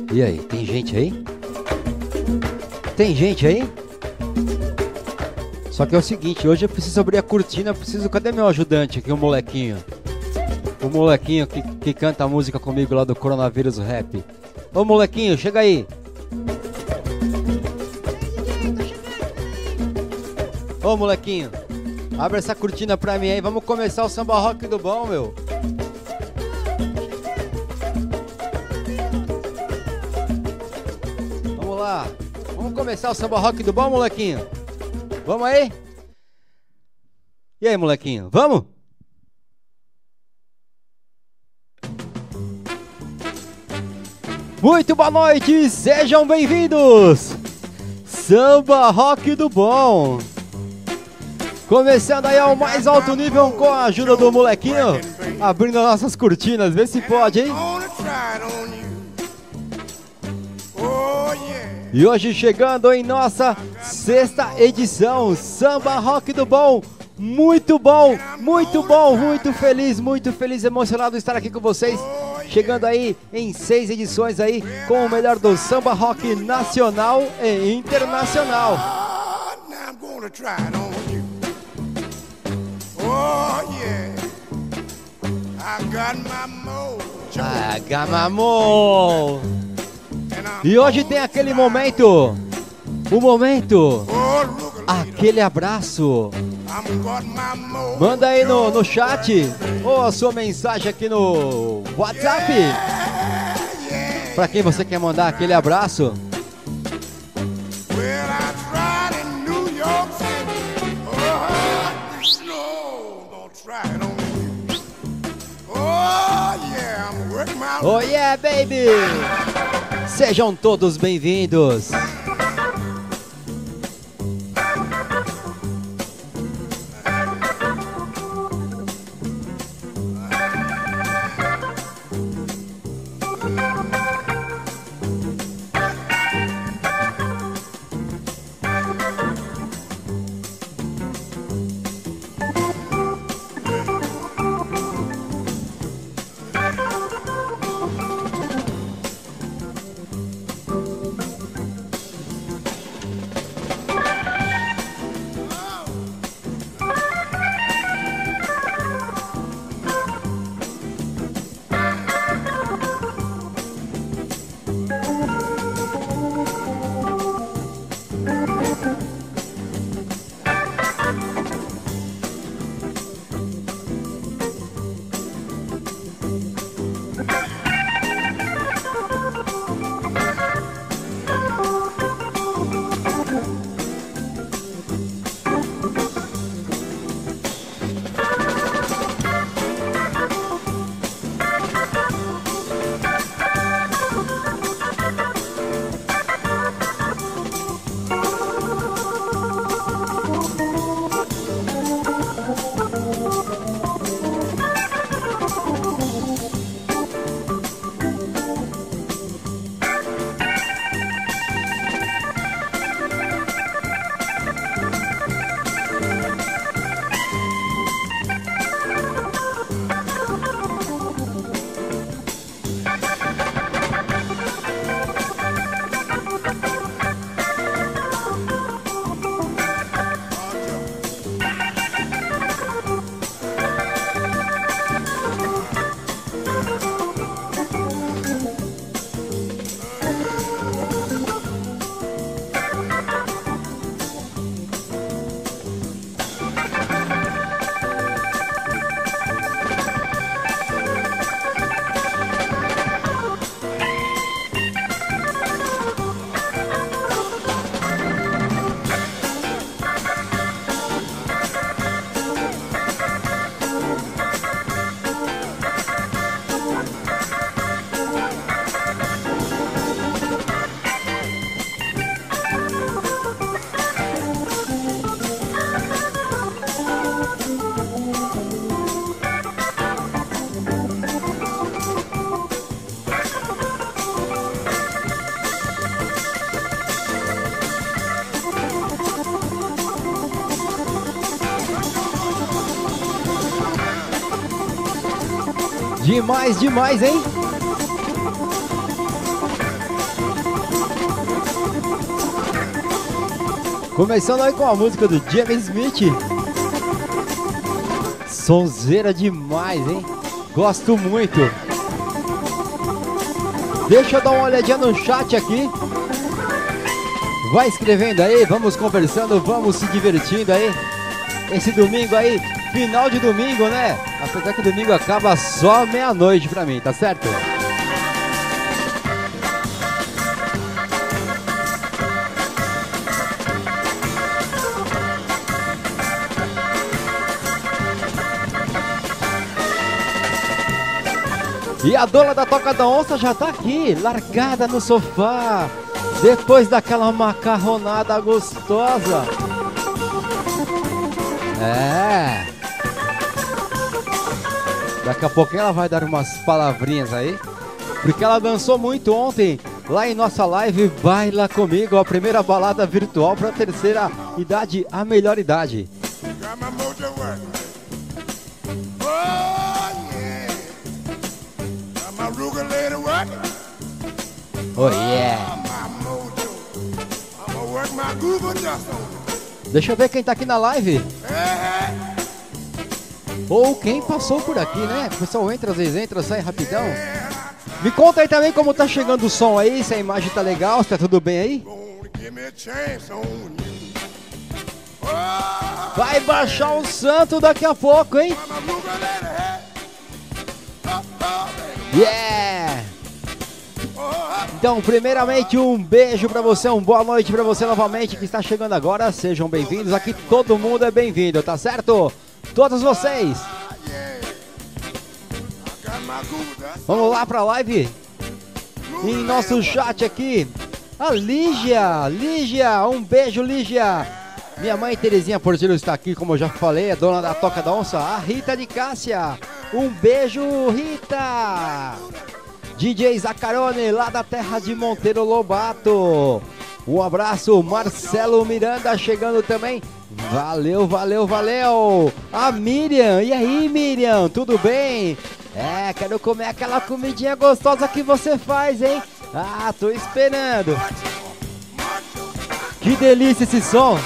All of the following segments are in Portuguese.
E aí, tem gente aí? Tem gente aí? Só que é o seguinte, hoje eu preciso abrir a cortina, cadê meu ajudante aqui, o molequinho? O molequinho que canta a música comigo lá do Coronavírus Rap. Ô molequinho, chega aí. Ô molequinho, abre essa cortina pra mim aí, vamos começar o samba rock do bom, meu. Vamos lá, vamos começar o samba rock do bom, molequinho? Vamos aí? E aí, molequinho, vamos? Muito boa noite, sejam bem-vindos! Samba rock do bom! Começando aí ao mais alto nível com a ajuda do molequinho, abrindo nossas cortinas, vê se pode, hein? E hoje chegando em nossa 6ª edição, Samba Rock do Bom, muito bom, muito feliz, emocionado de estar aqui com vocês, chegando aí em 6 edições aí, com o melhor do samba rock nacional e internacional. Gamamô. E hoje tem aquele momento, aquele abraço. Manda aí no chat ou a sua mensagem aqui no WhatsApp. Pra quem você quer mandar aquele abraço. Oh yeah, baby! Sejam todos bem-vindos! Demais, demais, hein? Começando aí com a música do James Smith. Sonzeira demais, hein? Gosto muito. Deixa eu dar uma olhadinha no chat aqui. Vai escrevendo aí, vamos conversando, vamos se divertindo aí. Esse domingo aí, final de domingo, né? Apesar que domingo acaba só meia-noite pra mim, tá certo? E a dona da Toca da Onça já tá aqui, largada no sofá, depois daquela macarronada gostosa. É. Daqui a pouquinho ela vai dar umas palavrinhas aí, porque ela dançou muito ontem, lá em nossa live Baila Comigo, a primeira balada virtual para a terceira idade, a melhor idade. Oh yeah! Deixa eu ver quem tá aqui na live. Ou quem passou por aqui, né? O pessoal entra, às vezes entra, sai rapidão. Me conta aí também como tá chegando o som aí, se a imagem tá legal, se tá tudo bem aí. Vai baixar o santo daqui a pouco, hein? Yeah! Então, primeiramente, um beijo pra você, uma boa noite pra você novamente que está chegando agora. Sejam bem-vindos, aqui todo mundo é bem-vindo, tá certo? Todos vocês. Vamos lá pra live. Em nosso chat aqui, a Lígia, um beijo, Lígia. Minha mãe Terezinha Portillo está aqui, como eu já falei, é dona da Toca da Onça. A Rita de Cássia, um beijo, Rita. DJ Zacarone, lá da terra de Monteiro Lobato. Um abraço, Marcelo Miranda chegando também. Valeu, valeu, valeu. A Miriam, e aí Miriam, tudo bem? É, quero comer aquela comidinha gostosa que você faz, hein? Ah, tô esperando. Que delícia esse som.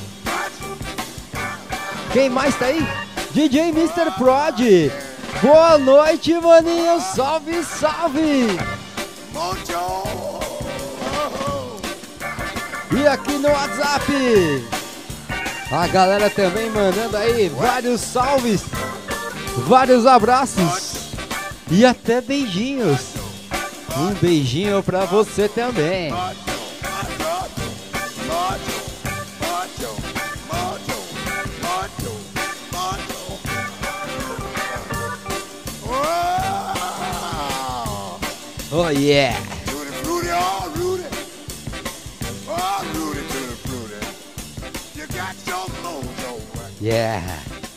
Quem mais tá aí? DJ Mr. Prod. Boa noite, maninho. Salve, salve. E aqui no WhatsApp, a galera também mandando aí vários salves, vários abraços e até beijinhos. Um beijinho pra você também. Oh yeah! Yeah!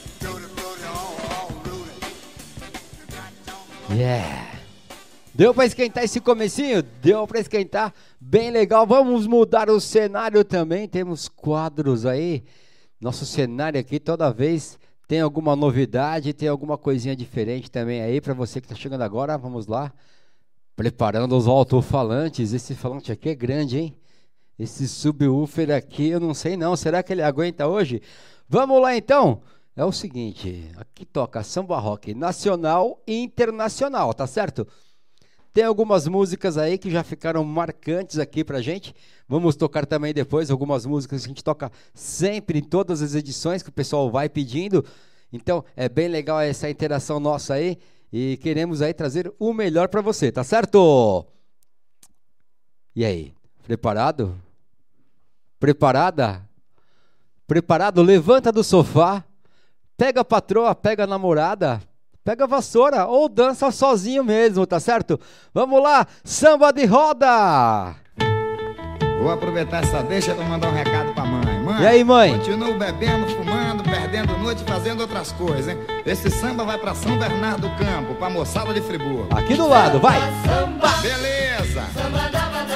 Yeah! Deu pra esquentar esse comecinho? Deu pra esquentar, bem legal. Vamos mudar o cenário também, temos quadros aí. Nosso cenário aqui toda vez tem alguma novidade, tem alguma coisinha diferente também aí pra você que tá chegando agora. Vamos lá. Preparando os alto-falantes. Esse falante aqui é grande, hein? Esse subwoofer aqui, eu não sei não. Será que ele aguenta hoje? Vamos lá então. É o seguinte, aqui toca samba rock nacional e internacional, tá certo? Tem algumas músicas aí que já ficaram marcantes aqui pra gente. Vamos tocar também depois algumas músicas que a gente toca sempre em todas as edições que o pessoal vai pedindo. Então é bem legal essa interação nossa aí. E queremos aí trazer o melhor para você, tá certo? E aí, preparado? Preparada? Preparado? Levanta do sofá, pega a patroa, pega a namorada, pega a vassoura ou dança sozinho mesmo, tá certo? Vamos lá, samba de roda! Vou aproveitar essa deixa para mandar um recado pra mãe. Mãe, e aí, mãe? Continuo bebendo, fumando, perdendo noite, fazendo outras coisas, hein? Esse samba vai pra São Bernardo do Campo, pra moçada de Friburgo. Aqui do lado, vai! Samba! Beleza! Samba,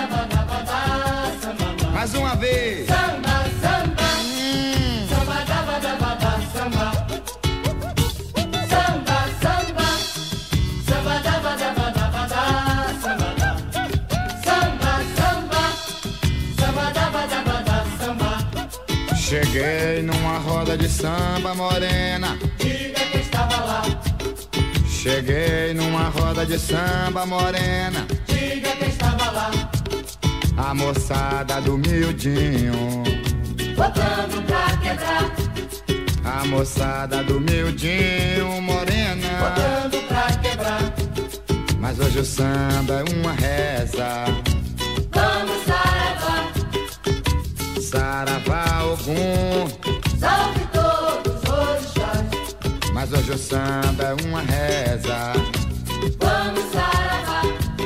mais uma vez! Samba, samba! Samba, samba! Samba, samba! Samba, samba! Samba, samba! Cheguei numa roda de samba morena. Diga quem estava lá. Cheguei numa roda de samba morena. Diga quem estava lá. A moçada do miudinho, Botando pra quebrar. a moçada do miudinho morena. Botando pra quebrar. Mas hoje o samba é uma reza. Vamos saravá. Saravá Ogum. Salve todos os orixás. Mas hoje o samba é uma reza. Vamos saravá.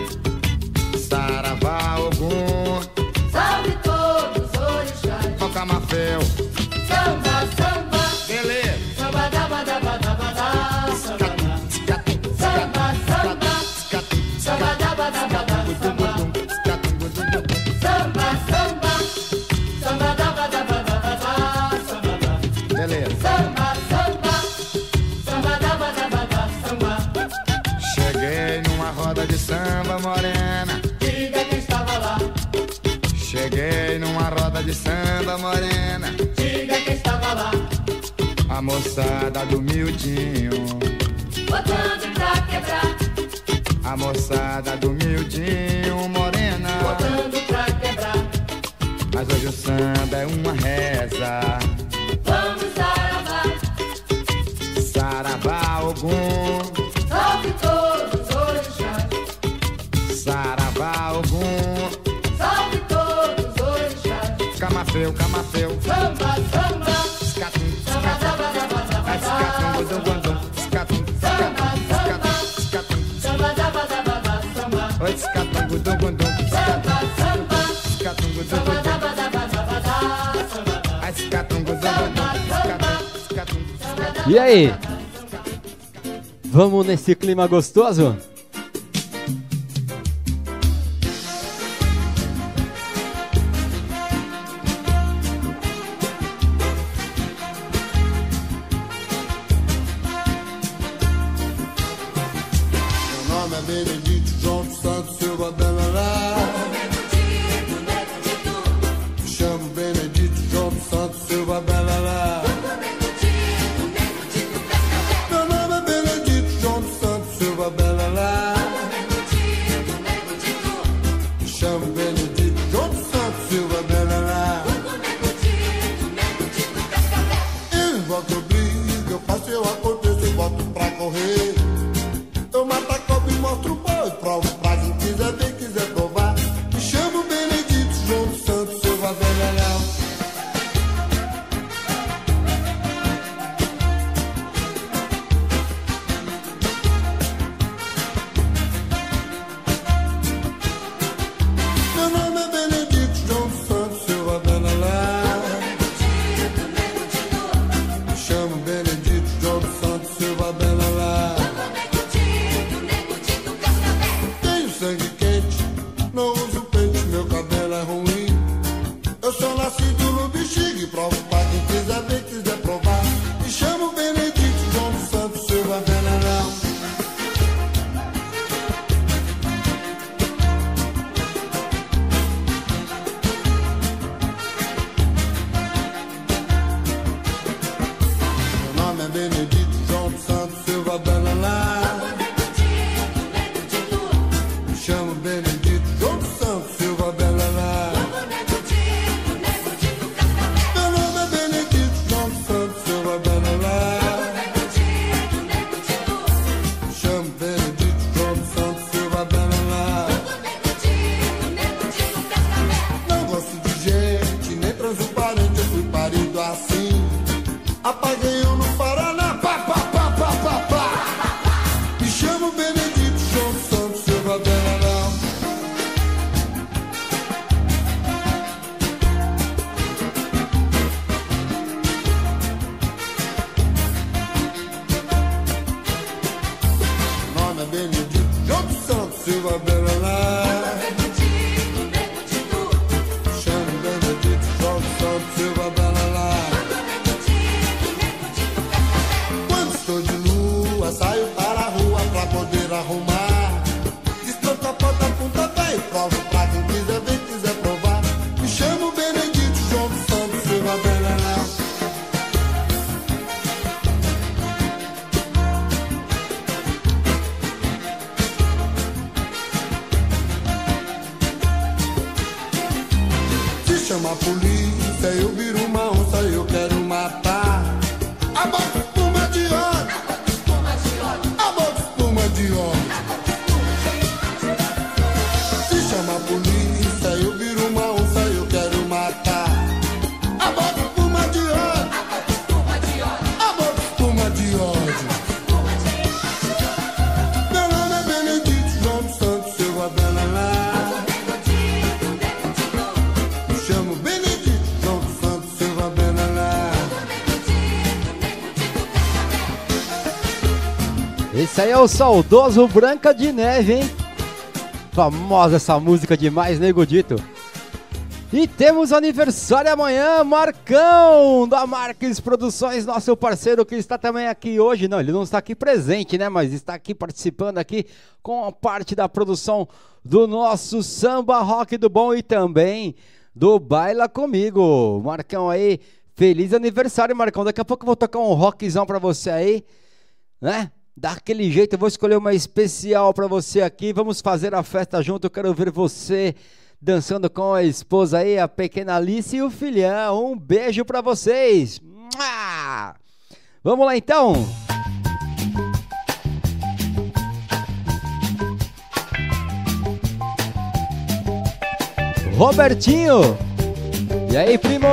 Saravá Ogum. Salve todos os orixás. Toca Mafeu. Samba, samba. Beleza. Samba, daba, daba, daba, daba. Samba, samba, samba. Samba, daba, daba, daba, samba. Samba, samba. Samba, daba, daba, daba, daba. Samba, Beleza. samba, samba. Samba, daba, daba, daba, samba. Cheguei numa roda de samba morena. Diga quem estava lá. Cheguei numa roda de samba morena. Diga quem estava lá. A moçada do miudinho, Botando pra quebrar. a moçada do miudinho morena. Botando pra quebrar. Mas hoje o samba é uma reza. Vamos saravá. Saravá Ogum. Salve todos os orixás. Saravá Ogum. Salve todos os orixás. Camafeu, camafeu. Samba, samba. Escatum, Samba, escatum. daba, daba, daba, Escatum, daba. gudum, gudum. Escatum, Samba, escatum, samba. escatum. Samba, daba, daba, daba, samba. Oi, escatum, gudum, gudum. Samba, samba. Escatum, gudum, Samba, gudum. daba, daba, daba, daba. Samba, Escatum, gudum, gudum. Escatum, escatum. E aí? Vamos nesse clima gostoso? Meu nome é Benedito João dos Santos Silva Belalá. Me chamo Benedito João dos Santos Silva Belalá. Meu nome é Benedito João dos Santos Silva Belalá. Me chamo Benedito João dos Santos Silva Belalá. Eu invoco, eu brigo, eu faço, eu aconteço, eu boto pra correr. Eu mato a cobra e mostro o boi. Provo pra quem quiser ver, quiser provar. Me chamo Benedito João dos Santos Silva Belalá. Meu chama a polícia, eu viro uma onça, eu quero matar. A boca espuma de ódio, a boca espuma de ódio. Se chama a polícia, eu viro uma onça, eu quero matar. A boca espuma de ódio, a boca espuma de ódio. Meu nome é Benedito João dos Santos Silva Belalá. Me chamo Benedito João dos Santos Silva Belalá. Esse aí é o saudoso Branca de Neve, hein? Famosa essa música demais, Nego Dito. E temos aniversário amanhã, Marcão, da Marques Produções, nosso parceiro que está também aqui hoje. Não, ele não está aqui presente, né? Mas está aqui participando aqui com a parte da produção do nosso Samba Rock do Bom e também do Baila Comigo. Marcão aí, feliz aniversário, Marcão. Daqui a pouco eu vou tocar um rockzão pra você aí, né? Daquele jeito, eu vou escolher uma especial pra você aqui. Vamos fazer a festa junto. Eu quero ver você dançando com a esposa aí, a pequena Alice e o filhão. Um beijo pra vocês. Mua! Vamos lá então. Robertinho. E aí, primo?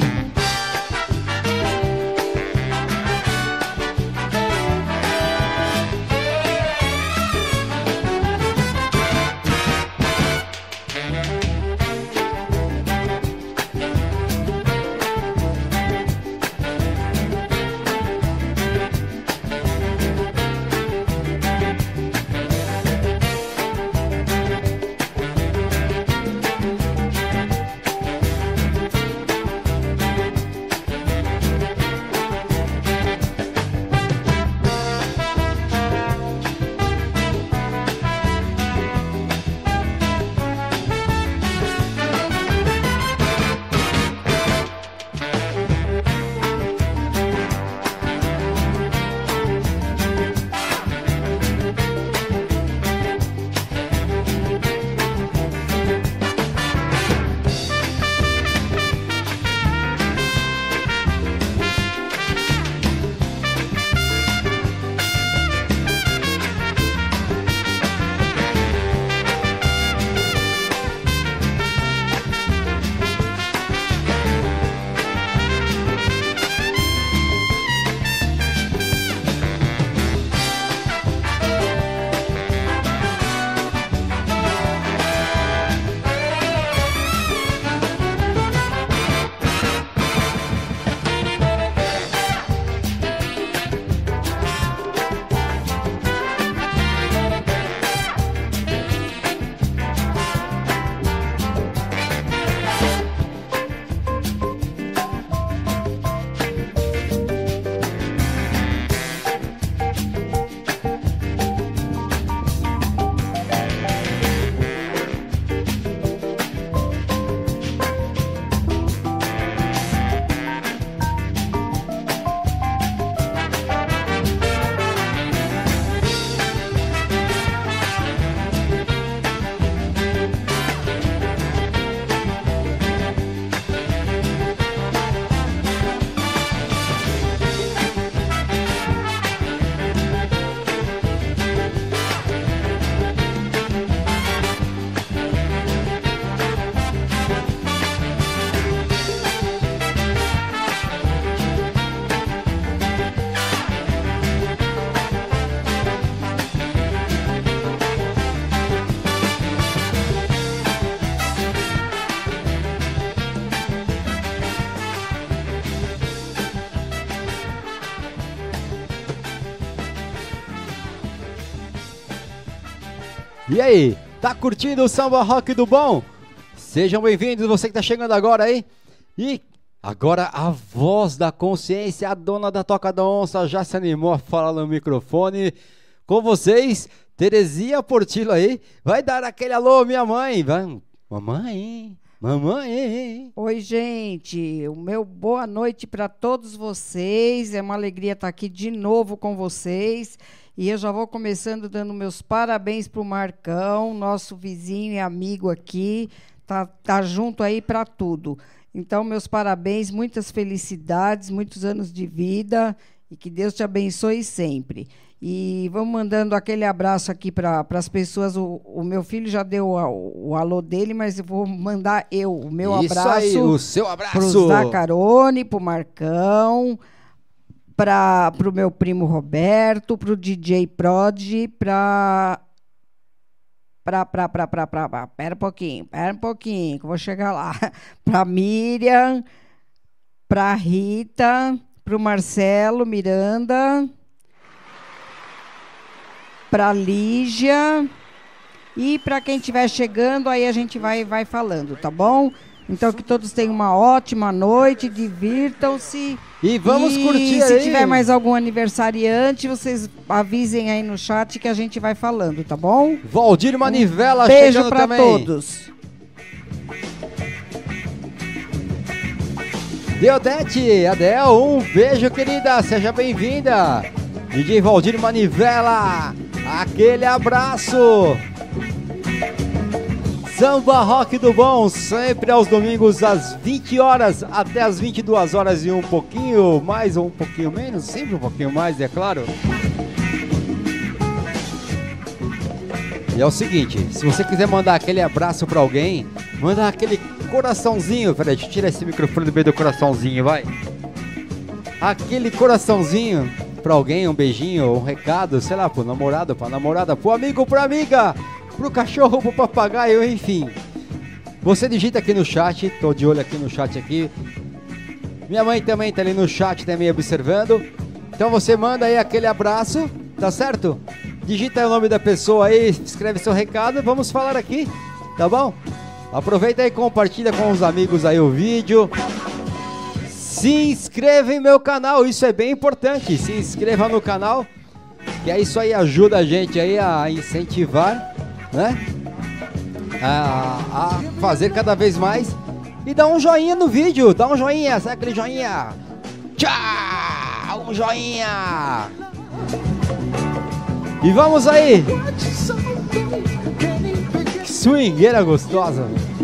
E aí, tá curtindo o Samba Rock do Bom? Sejam bem-vindos, você que tá chegando agora aí. E agora a voz da consciência, a dona da Toca da Onça, já se animou a falar no microfone. Com vocês, Terezinha Portillo aí. Vai dar aquele alô, minha mãe. Vai, mamãe, mamãe. Oi, gente. O meu boa noite para todos vocês. É uma alegria estar aqui de novo com vocês. E eu já vou começando dando meus parabéns para o Marcão, nosso vizinho e amigo aqui. tá junto aí para tudo. Então, meus parabéns, muitas felicidades, muitos anos de vida e que Deus te abençoe sempre. E vamos mandando aquele abraço aqui para as pessoas. O meu filho já deu o alô dele, mas eu vou mandar o meu Isso abraço. aí, o seu abraço. Para o Zacarone, para o Marcão, para o meu primo Roberto, para o DJ Prod, pera um pouquinho, que eu vou chegar lá. Para Miriam, para Rita, para o Marcelo Miranda, para Lígia e para quem estiver chegando, aí a gente vai falando, tá bom? Então que todos tenham uma ótima noite, divirtam-se. E vamos curtir se aí. tiver mais algum aniversariante, vocês avisem aí no chat que a gente vai falando, tá bom? Valdir Manivela Beijo chegando para também. todos. Deodete, Adel, um beijo, querida, seja bem-vinda. DJ Valdir Manivela, aquele abraço. Samba Rock do Bom, sempre aos domingos às 20 horas até às 22 horas e um pouquinho mais ou um pouquinho menos, sempre um pouquinho mais, é claro. E é o seguinte, se você quiser mandar aquele abraço pra alguém, manda aquele coraçãozinho. Peraí, deixa eu tirar esse microfone do meio do coraçãozinho, vai. Aquele coraçãozinho pra alguém, um beijinho, um recado, sei lá, pro namorado, pra namorada, pro amigo, pra amiga, pro cachorro, pro papagaio, enfim. Você digita aqui no chat, tô de olho aqui no chat aqui. Minha mãe também tá ali no chat, também observando. Então você manda aí aquele abraço, tá certo? Digita o nome da pessoa aí, escreve seu recado, vamos falar aqui, tá bom? Aproveita e compartilha com os amigos aí o vídeo. Se inscreva em meu canal, isso é bem importante. Se inscreva no canal, que isso aí ajuda a gente aí a incentivar, né? A fazer cada vez mais. E dá um joinha no vídeo, dá um joinha, sabe aquele joinha? Tchau! Um joinha! E vamos aí! Que swingueira gostosa!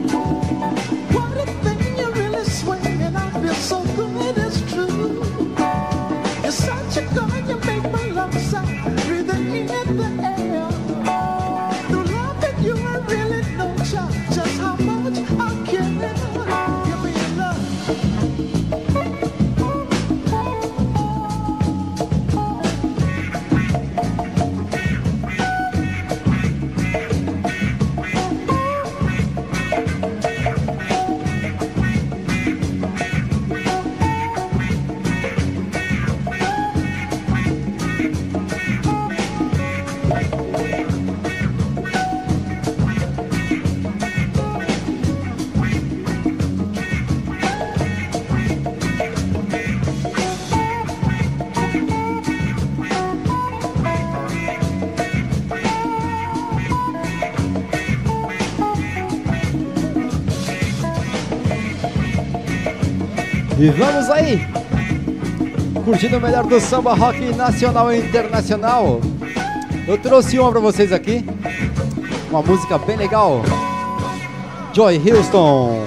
E vamos aí, curtindo o melhor do samba rock nacional e internacional. Eu trouxe uma pra vocês aqui, uma música bem legal, Joy Houston.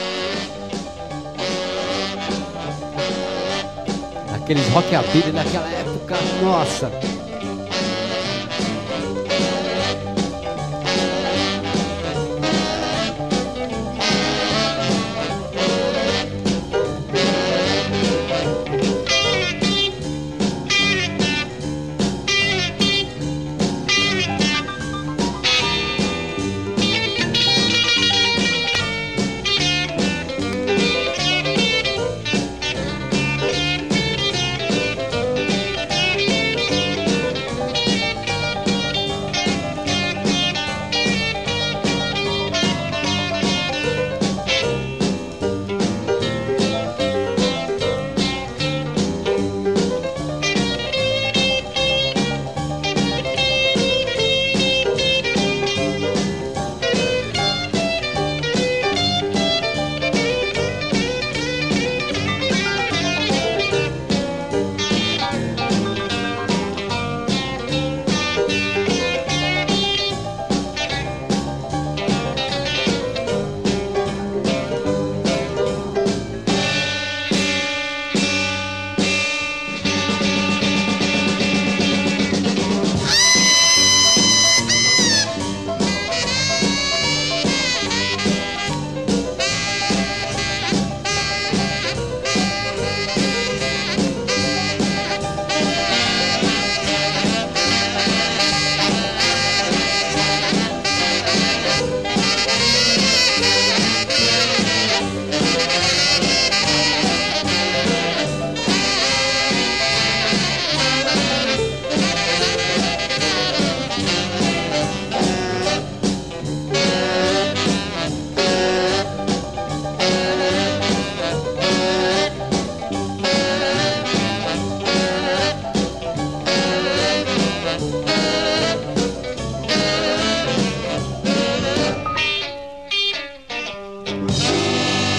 Aqueles rockabilly naquela época, nossa.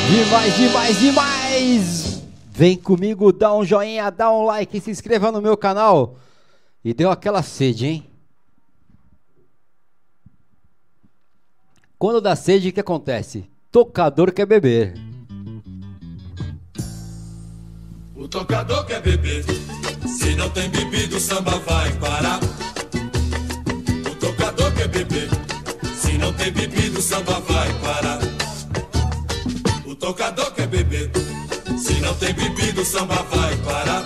Demais, demais, demais! Vem comigo, dá um joinha, dá um like, se inscreva no meu canal. E deu aquela sede, hein? Quando dá sede, o que acontece? Tocador quer beber. O tocador quer beber. Se não tem bebido, o samba vai parar. O tocador quer beber. Se não tem bebido, o samba vai parar. O tocador quer beber. Se não tem bebido, o samba vai parar.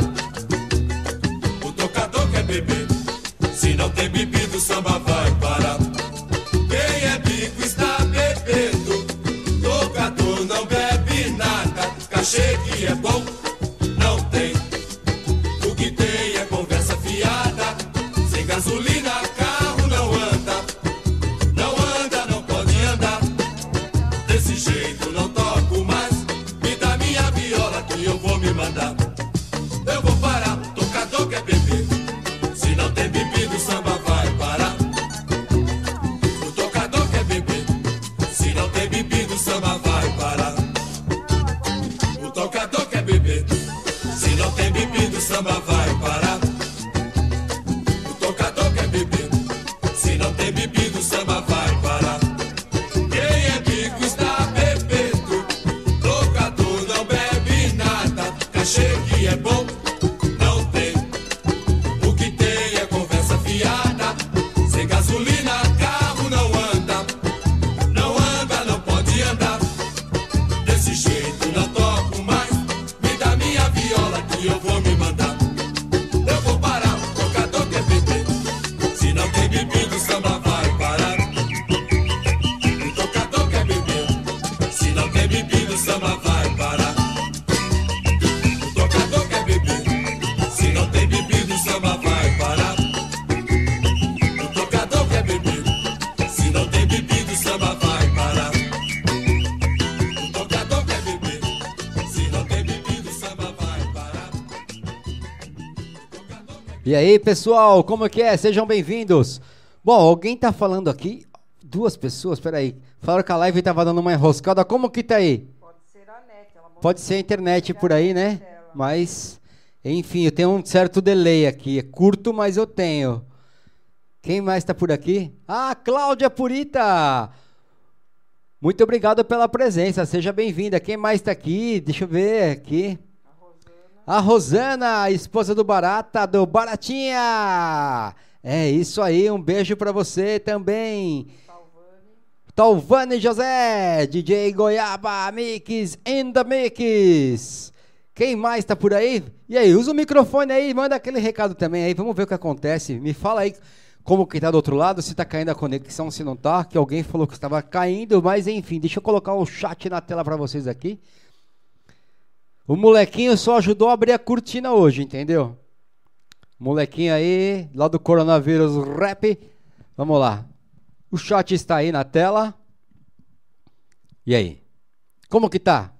O tocador quer beber. Se não tem bebido, o samba vai parar. Quem é bico está bebendo. Tocador não bebe nada. Cachê que é bom não tem. O que tem é conversa fiada. Sem gasolina, carro não anda. Não anda, não pode andar. Desse jeito não toco mais. Me dá minha viola que eu vou me mandar. Eu vou parar, tocador quer beber. Se não tem bebido, o samba vai parar. O tocador quer beber. Se não tem bebido, o samba vai parar. O tocador quer beber. Se não tem bebido, o samba vai parar. O tocador quer beber. Se não tem bebido, o samba vai parar. Quem é bico está bebendo. Tocador não bebe nada. Cachê que é bom não tem. O que tem é conversa fiada. Sem gasolina, carro não anda. Não anda, não pode andar. Desse jeito não toco mais. Me dá minha viola que eu vou me mandar. Eu vou parar, o tocador quer beber. Se não tem bebido, o samba vai parar. O tocador quer beber. Se não tem bebido, o samba vai parar. O tocador quer beber. Se não tem bebido, o samba vai parar. O tocador quer beber. Se não tem bebido, o samba vai parar. O tocador quer beber. Se não tem bebido, o samba vai parar. E aí, pessoal, como que é? Sejam bem-vindos. Bom, alguém tá falando aqui, duas pessoas, peraí, falaram que a live tava dando uma enroscada, como que tá aí? Pode ser a net. Pode ser a internet por aí, né? Mas, enfim, eu tenho um certo delay aqui, é curto, mas eu tenho. Quem mais tá por aqui? Ah, Cláudia Purita! Muito obrigado pela presença, seja bem-vinda. Quem mais tá aqui? Deixa eu ver aqui. A Rosana, a esposa do Barata, do Baratinha. É isso aí, um beijo pra você também. Talvani José, DJ Goiaba, Mix in the Mix. Quem mais tá por aí? E aí, usa o microfone aí, manda aquele recado também aí, vamos ver o que acontece. Me fala aí como que tá do outro lado, se tá caindo a conexão, se não tá, que alguém falou que estava caindo, mas enfim, deixa eu colocar o chat na tela pra vocês aqui. O molequinho só ajudou a abrir a cortina hoje, entendeu? Molequinho aí, lá do Coronavírus Rap. Vamos lá. O chat está aí na tela. E aí? Como que tá?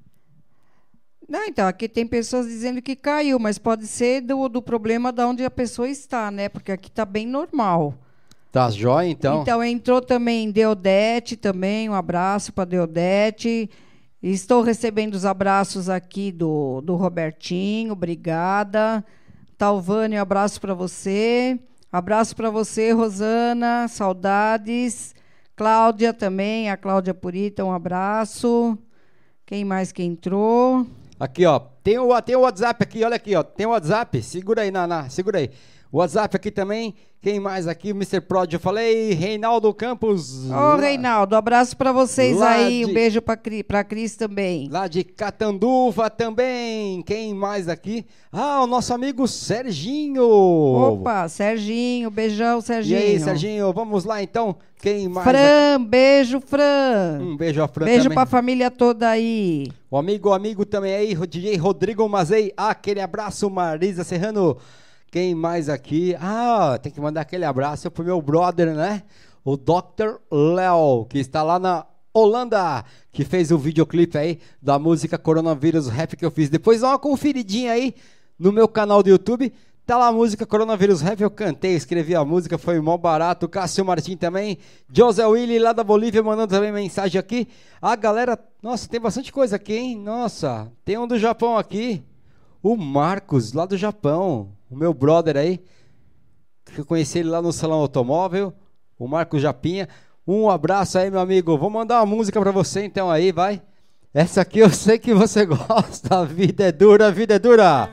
Não, então, aqui tem pessoas dizendo que caiu, mas pode ser do problema de onde a pessoa está, né? Porque aqui está bem normal. Tá jóia, então? Então, entrou também Deodete, também, um abraço para Deodete. Estou recebendo os abraços aqui do Robertinho, obrigada. Talvani, um abraço para você. Abraço para você, Rosana, saudades. Cláudia também, a Cláudia Purita, um abraço. Quem mais que entrou? Aqui, ó, tem o WhatsApp aqui, olha aqui, ó, tem o WhatsApp, segura aí, segura aí. O WhatsApp aqui também, quem mais aqui? Mr. Prod, eu falei, Reinaldo Campos. Ô, Reinaldo, abraço para vocês lá aí, um de- beijo para Cris também. Lá de Catanduva também, quem mais aqui? Ah, o nosso amigo Serginho. Opa, Serginho, beijão, E Serginho. aí, Serginho, vamos lá então, quem mais? Fran, beijo, Fran. Um beijo a Fran Beijo também. pra família toda aí. O amigo também aí, o DJ Rodrigo Mazei. Aquele abraço, Marisa Serrano. Quem mais aqui? Ah, tem que mandar aquele abraço pro meu brother, né? O Dr. Léo, que está lá na Holanda, que fez o videoclipe aí da música Coronavírus Rap que eu fiz. Depois dá uma conferidinha aí no meu canal do YouTube. Tá lá a música Coronavírus Rap, eu cantei, escrevi a música, foi mó barato. Cássio Martim também, José Willy lá da Bolívia mandando também mensagem aqui. A galera, nossa, tem bastante coisa aqui, hein? Nossa, tem um do Japão aqui, o Marcos lá do Japão, o meu brother aí, que eu conheci ele lá no Salão Automóvel, o Marcos Japinha. Um abraço aí, meu amigo. Vou mandar uma música pra você então aí, vai. Essa aqui eu sei que você gosta. A vida é dura, a vida é dura.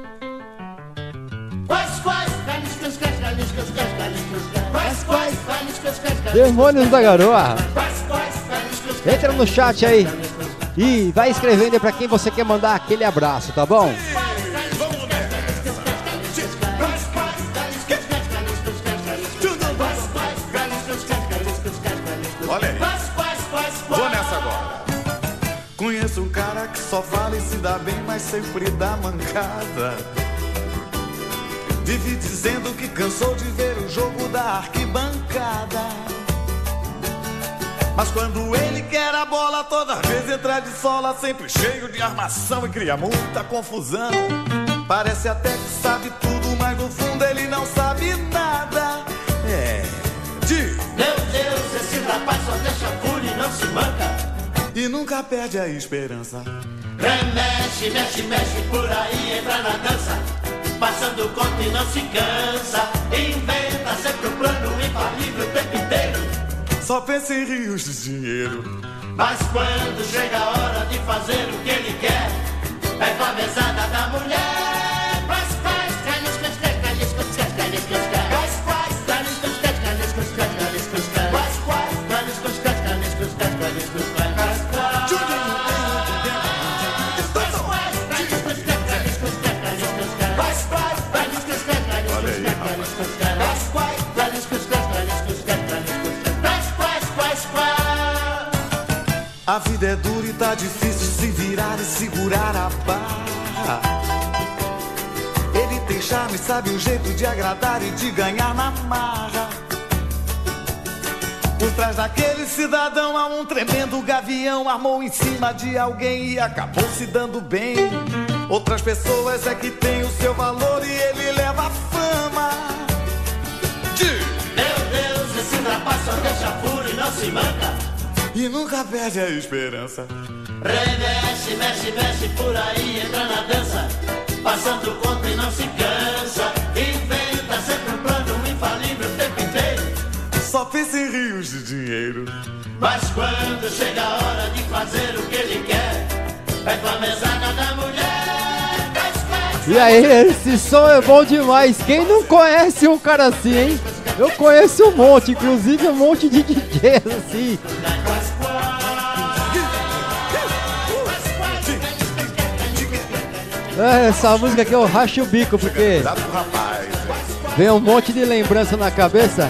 Demônios da Garoa. Entra no chat aí e vai escrevendo aí pra quem você quer mandar aquele abraço, tá bom? Olha aí, vou nessa agora. Conheço um cara que só fala e se dá bem, mas sempre dá mancada. Vive dizendo que cansou de ver o jogo da arquibancada. Mas quando ele quer a bola, toda vez entra de sola, sempre cheio de armação e cria muita confusão. Parece até que sabe tudo, mas no fundo ele não sabe nada. Meu Deus, esse rapaz só deixa fúria e não se manca. E nunca perde a esperança. Remexe, mexe, mexe por aí, entra na dança. Passando conta e não se cansa. Inventa sempre um plano infalível o tempo inteiro. Só pensa em rios de dinheiro. Mas quando chega a hora de fazer o que ele quer, é com a mesada da mulher. A vida é dura e tá difícil se virar e segurar a barra. Ele tem charme, sabe o jeito de agradar e de ganhar na marra. Por trás daquele cidadão há um tremendo gavião. Armou em cima de alguém e acabou se dando bem. Outras pessoas é que tem o seu valor e ele leva a fama. Meu Deus, esse rapaz só deixa fúria e não se manca. E nunca perde a esperança. Remexe, mexe, mexe por aí, entra na dança. Passando o conto e não se cansa. Inventa sempre um plano infalível o tempo inteiro. Só pensa em rios de dinheiro. Mas quando chega a hora de fazer o que ele quer, é com a mesada da mulher. E aí, esse som é bom demais. Quem não conhece um cara assim, hein? Eu conheço um monte, inclusive um monte de DJs assim. Essa música aqui eu racho o bico, porque vem um monte de lembrança na cabeça.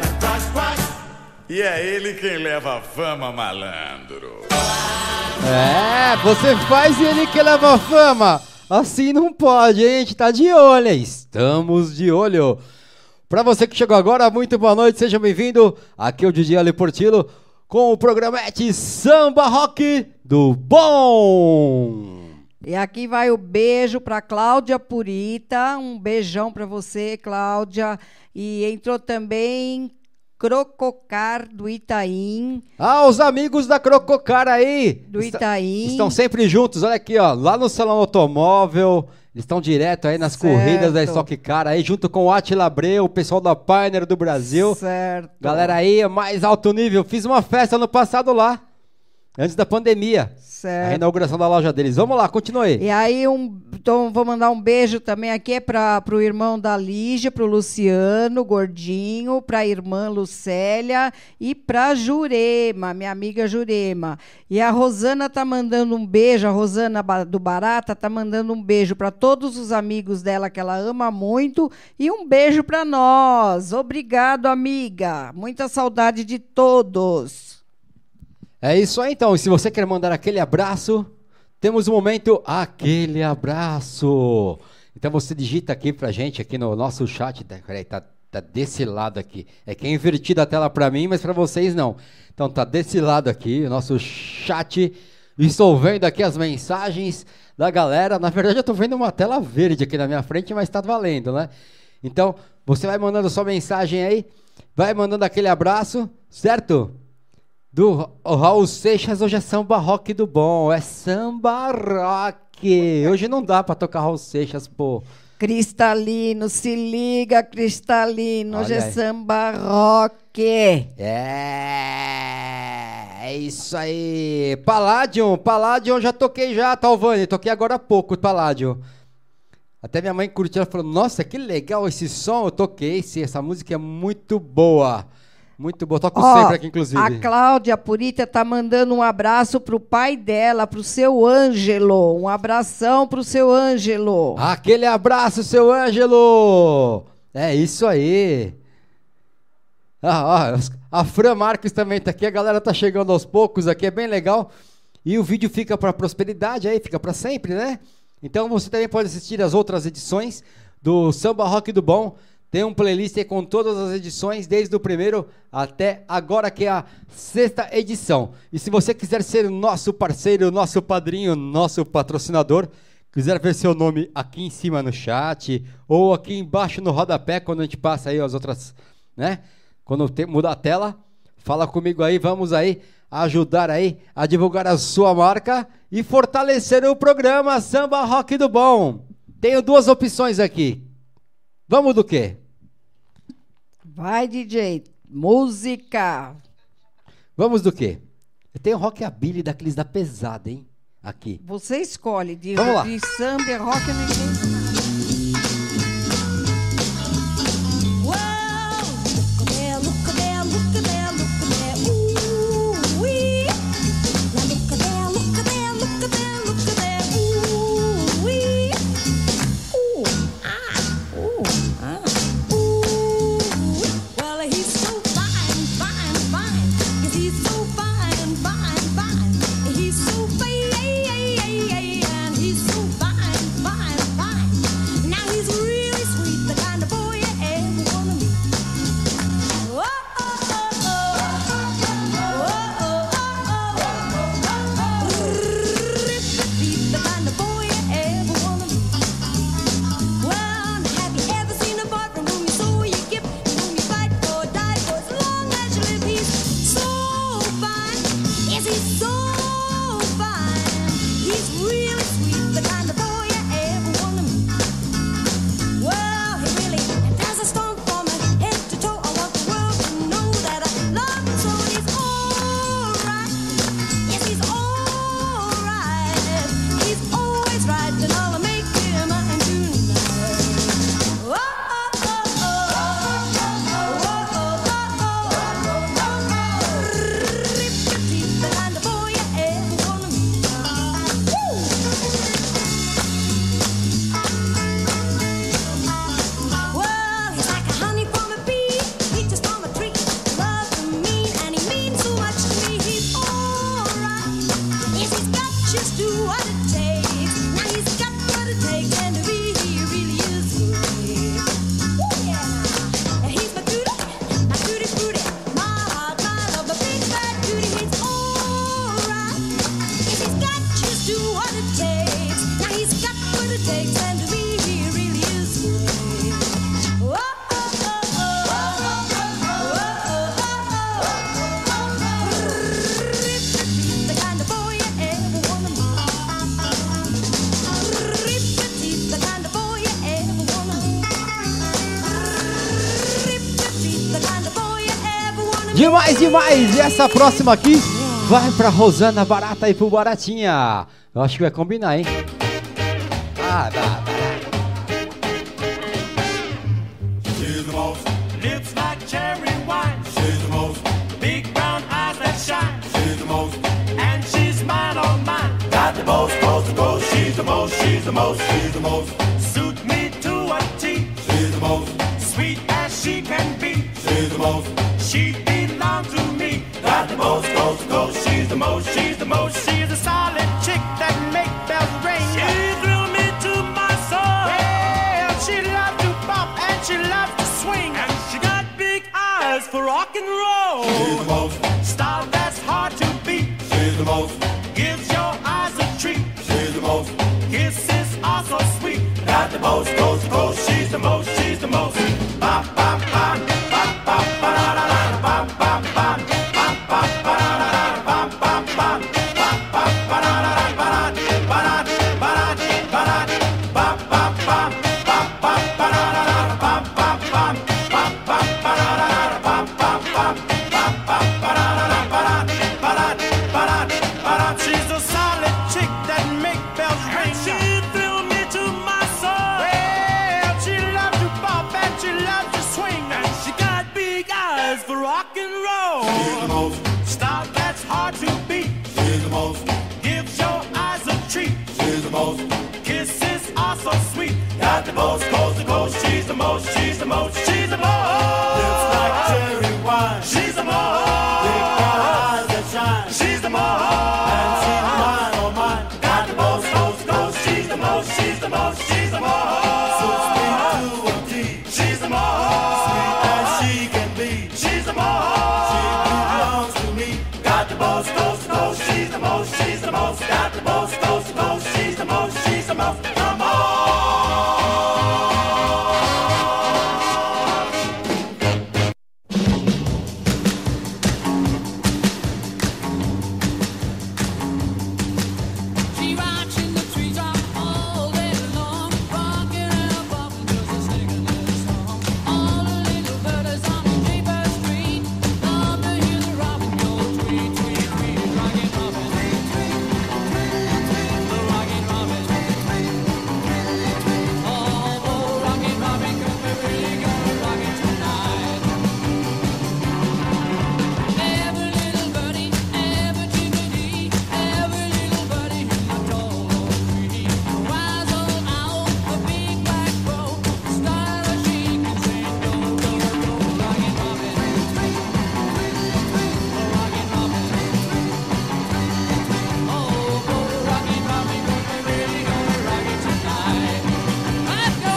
E é ele quem leva a fama, malandro. É, você faz e ele que leva a fama. Assim não pode, hein? A gente tá de olho, hein? Estamos de olho. Pra você que chegou agora, muito boa noite, seja bem-vindo. Aqui é o DJ Ali Portillo com o programete Samba Rock do Bom. E aqui vai o beijo para Cláudia Purita, um beijão para você, Cláudia. E entrou também Crococar do Itaim. Ah, os amigos da Crococar aí. Do Itaim. Estão sempre juntos, olha aqui, ó, lá no Salão Automóvel. Eles estão direto aí nas corridas da Stock Car aí, junto com o Atila Abreu, o pessoal da Pioneer do Brasil. Certo. Galera aí, mais alto nível. Fiz uma festa no passado lá, antes da pandemia. Certo. A inauguração da loja deles. Vamos lá, continue. E aí, então, vou mandar um beijo também aqui, para o irmão da Lígia, para o Luciano, gordinho, para a irmã Lucélia e para Jurema, minha amiga Jurema. E a Rosana tá mandando um beijo, a Rosana do Barata tá mandando um beijo para todos os amigos dela que ela ama muito e um beijo para nós. Obrigado, amiga. Muita saudade de todos. É isso aí, então. E se você quer mandar aquele abraço, temos um momento, aquele abraço. Então você digita aqui pra gente, aqui no nosso chat. Peraí, tá desse lado aqui. É que é invertida a tela pra mim, mas pra vocês não. Então tá desse lado aqui, o nosso chat. Estou vendo aqui as mensagens da galera. Na verdade, eu estou vendo uma tela verde aqui na minha frente, mas está valendo, né? Então, você vai mandando sua mensagem aí, vai mandando aquele abraço, certo? Do Raul Seixas, hoje é samba rock do bom, é samba rock. Hoje não dá pra tocar Raul Seixas, pô. Cristalino, se liga, Cristalino, hoje é samba rock. É isso aí. Palladium já toquei já, Talvani, toquei agora há pouco, Palladium. Até minha mãe curtiu, ela falou, nossa, que legal esse som, eu toquei, sim, essa música é muito boa. Muito boa, toco sempre aqui, inclusive. A Cláudia Purita tá mandando um abraço pro pai dela, pro seu Ângelo. Um abração pro seu Ângelo. Aquele abraço, seu Ângelo! É isso aí. A Fran Marques também tá aqui, a galera tá chegando aos poucos aqui, é bem legal. E o vídeo fica pra prosperidade aí, fica pra sempre, né? Então você também pode assistir as outras edições do Samba Rock do Bom. Tem um playlist aí com todas as edições, desde o primeiro até agora, que é a 6ª edição. E se você quiser ser nosso parceiro, nosso padrinho, nosso patrocinador, quiser ver seu nome aqui em cima no chat, ou aqui embaixo no rodapé, quando a gente passa aí as outras, né? Quando muda a tela, fala comigo aí, vamos aí ajudar aí a divulgar a sua marca e fortalecer o programa Samba Rock do Bom. Tenho 2 opções aqui. Vamos do quê? Vai, DJ. Música. Vamos do quê? Eu tenho rockabilly daqueles da pesada, hein? Aqui. Você escolhe. De samba, rock, eu não entendo nada. Demais, demais! E essa próxima aqui vai pra Rosana Barata e pro Baratinha. Eu acho que vai combinar, hein? She's the most. Lips like cherry wine. She's the most. Big brown eyes that shine. She's the most. And she's mine, all mine. Got the most, coast to coast. She's the most, she's the most, she's the most. Suit me to a T. She's the most. Sweet as she can be. She's the most. She belongs to me. Got the most, coast to coast. She's the most, she's the most. She's a solid chick that make bells ring. She thrill me to my soul. Well, she loves to pop and she loves to swing. And she got big eyes for rock and roll. She's the most. Style that's hard to beat. She's the most. Gives your most, coast to coast. She's the most, she's the most. Ba ba ba ba ba ba da da da ba ba ba ba ba ba da da da ba ba ba ba ba ba da da da ba da ba da ba da ba da ba ba ba ba ba ba da da da ba ba ba ba ba ba da da da ba ba ba ba ba ba da da da ba da ba da ba da ba da. She's a solid chick that make bells ring. She thrill me to my soul. Well, she loves to bop and she loves to swing, and she got big eyes for rock and roll. She's the most. Style that's hard to beat. She's the most. Gives your eyes a treat. She's the most. Kisses are so sweet. Got the most, coast to coast. She's the most, she's the most, she's the most. Lips like cherry wine. She's the most. Big eyes that shine. She's the most. And she's mine, oh mine. Got the most, coast to coast. She's the most, she's the most, she's the most. Suits me to a T. She's the most. Sweet as she can be. She's the most. She belongs to me. Got the most, coast to coast. She's the most, she's the most. Got the most, coast to coast. She's the most, she's the most. The most. She rocks in the treetop all day long, rocking and popping just a singing this song. All the little birds on the paper street love to hear the robin go tweet, tweet, tweet. Rockin' robin, tweet, tweet, tweet, tweet. The rockin' robin, tweet, tweet, tweet, tweet. Oh, rockin' robin, 'cause we're really gonna rock it tonight. Every little birdie, every chimney, every little birdie in the tall tree. Wise old owl, a big black crow, style a chic and sing go, go, go. Rockin' robin, tweet, tweet, tweet. The rockin' robin, tweet, tweet, tweet. Oh, rockin' robin, 'cause we're really gonna rock it tonight. Let's go!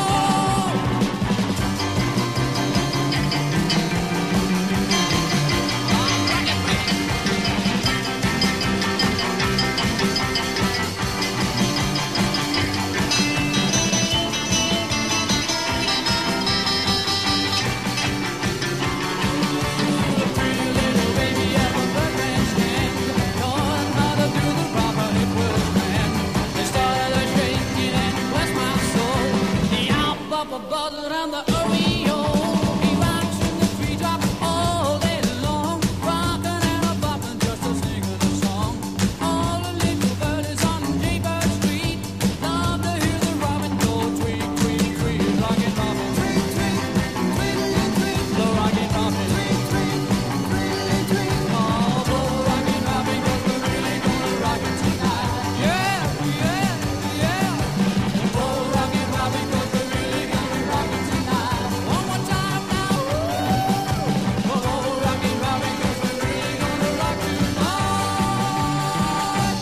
Pretty little baby at the birdman stand, knowing how to do the proper hip man. They started a shaking and bless my soul. The owl bubble buzzing around the Oreo. He rocks in the treetop all day long, rocking and a bopping just a singing a song. All the little birdies on Jaybird Street love to hear the robin go tweet, tweet, tweet. Rockin' robin, tweet, tweet, tweet, tweet. The rockin' robin, tweet, tweet, tweet, tweet. Oh, rockin' robin, 'cause we're really gonna rock it tonight. Yeah, yeah, yeah. Oh, rockin' robin, 'cause we're really gonna rock it tonight. One more time now. Oh, rockin' robin, 'cause we're really gonna rock it tonight.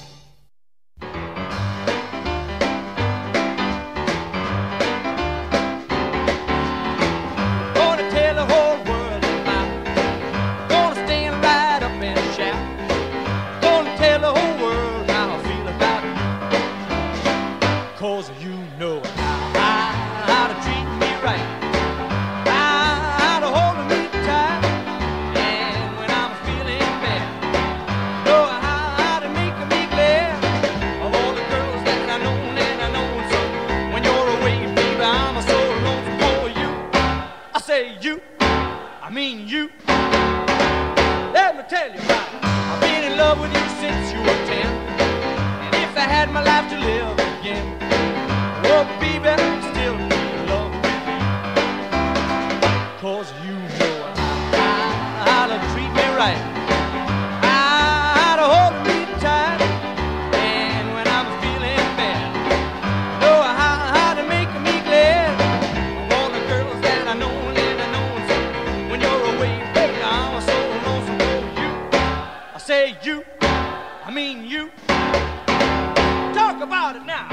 Gonna tell the whole world about it. Gonna stand right up and shout. Gonna tell the whole world how I feel about it. 'Cause you know how to treat me right. How to hold me tight. And when I'm feeling bad, know how to make me glad. Of all the girls that I know and I know so. When you're away, baby, I'm so lonesome for you. I say you, I mean you. Let me tell you about it. I've been in love with you since you were 10. And if I had my life to live again, oh baby, I'd still be in love with you. 'Cause you know how to treat me right. How to hold me tight. And when I'm feeling bad, know how to make me glad. Of all the girls that I know and I know so. When you're away, baby, I'm so lonesome for you. I say you, I mean you. Talk about it now.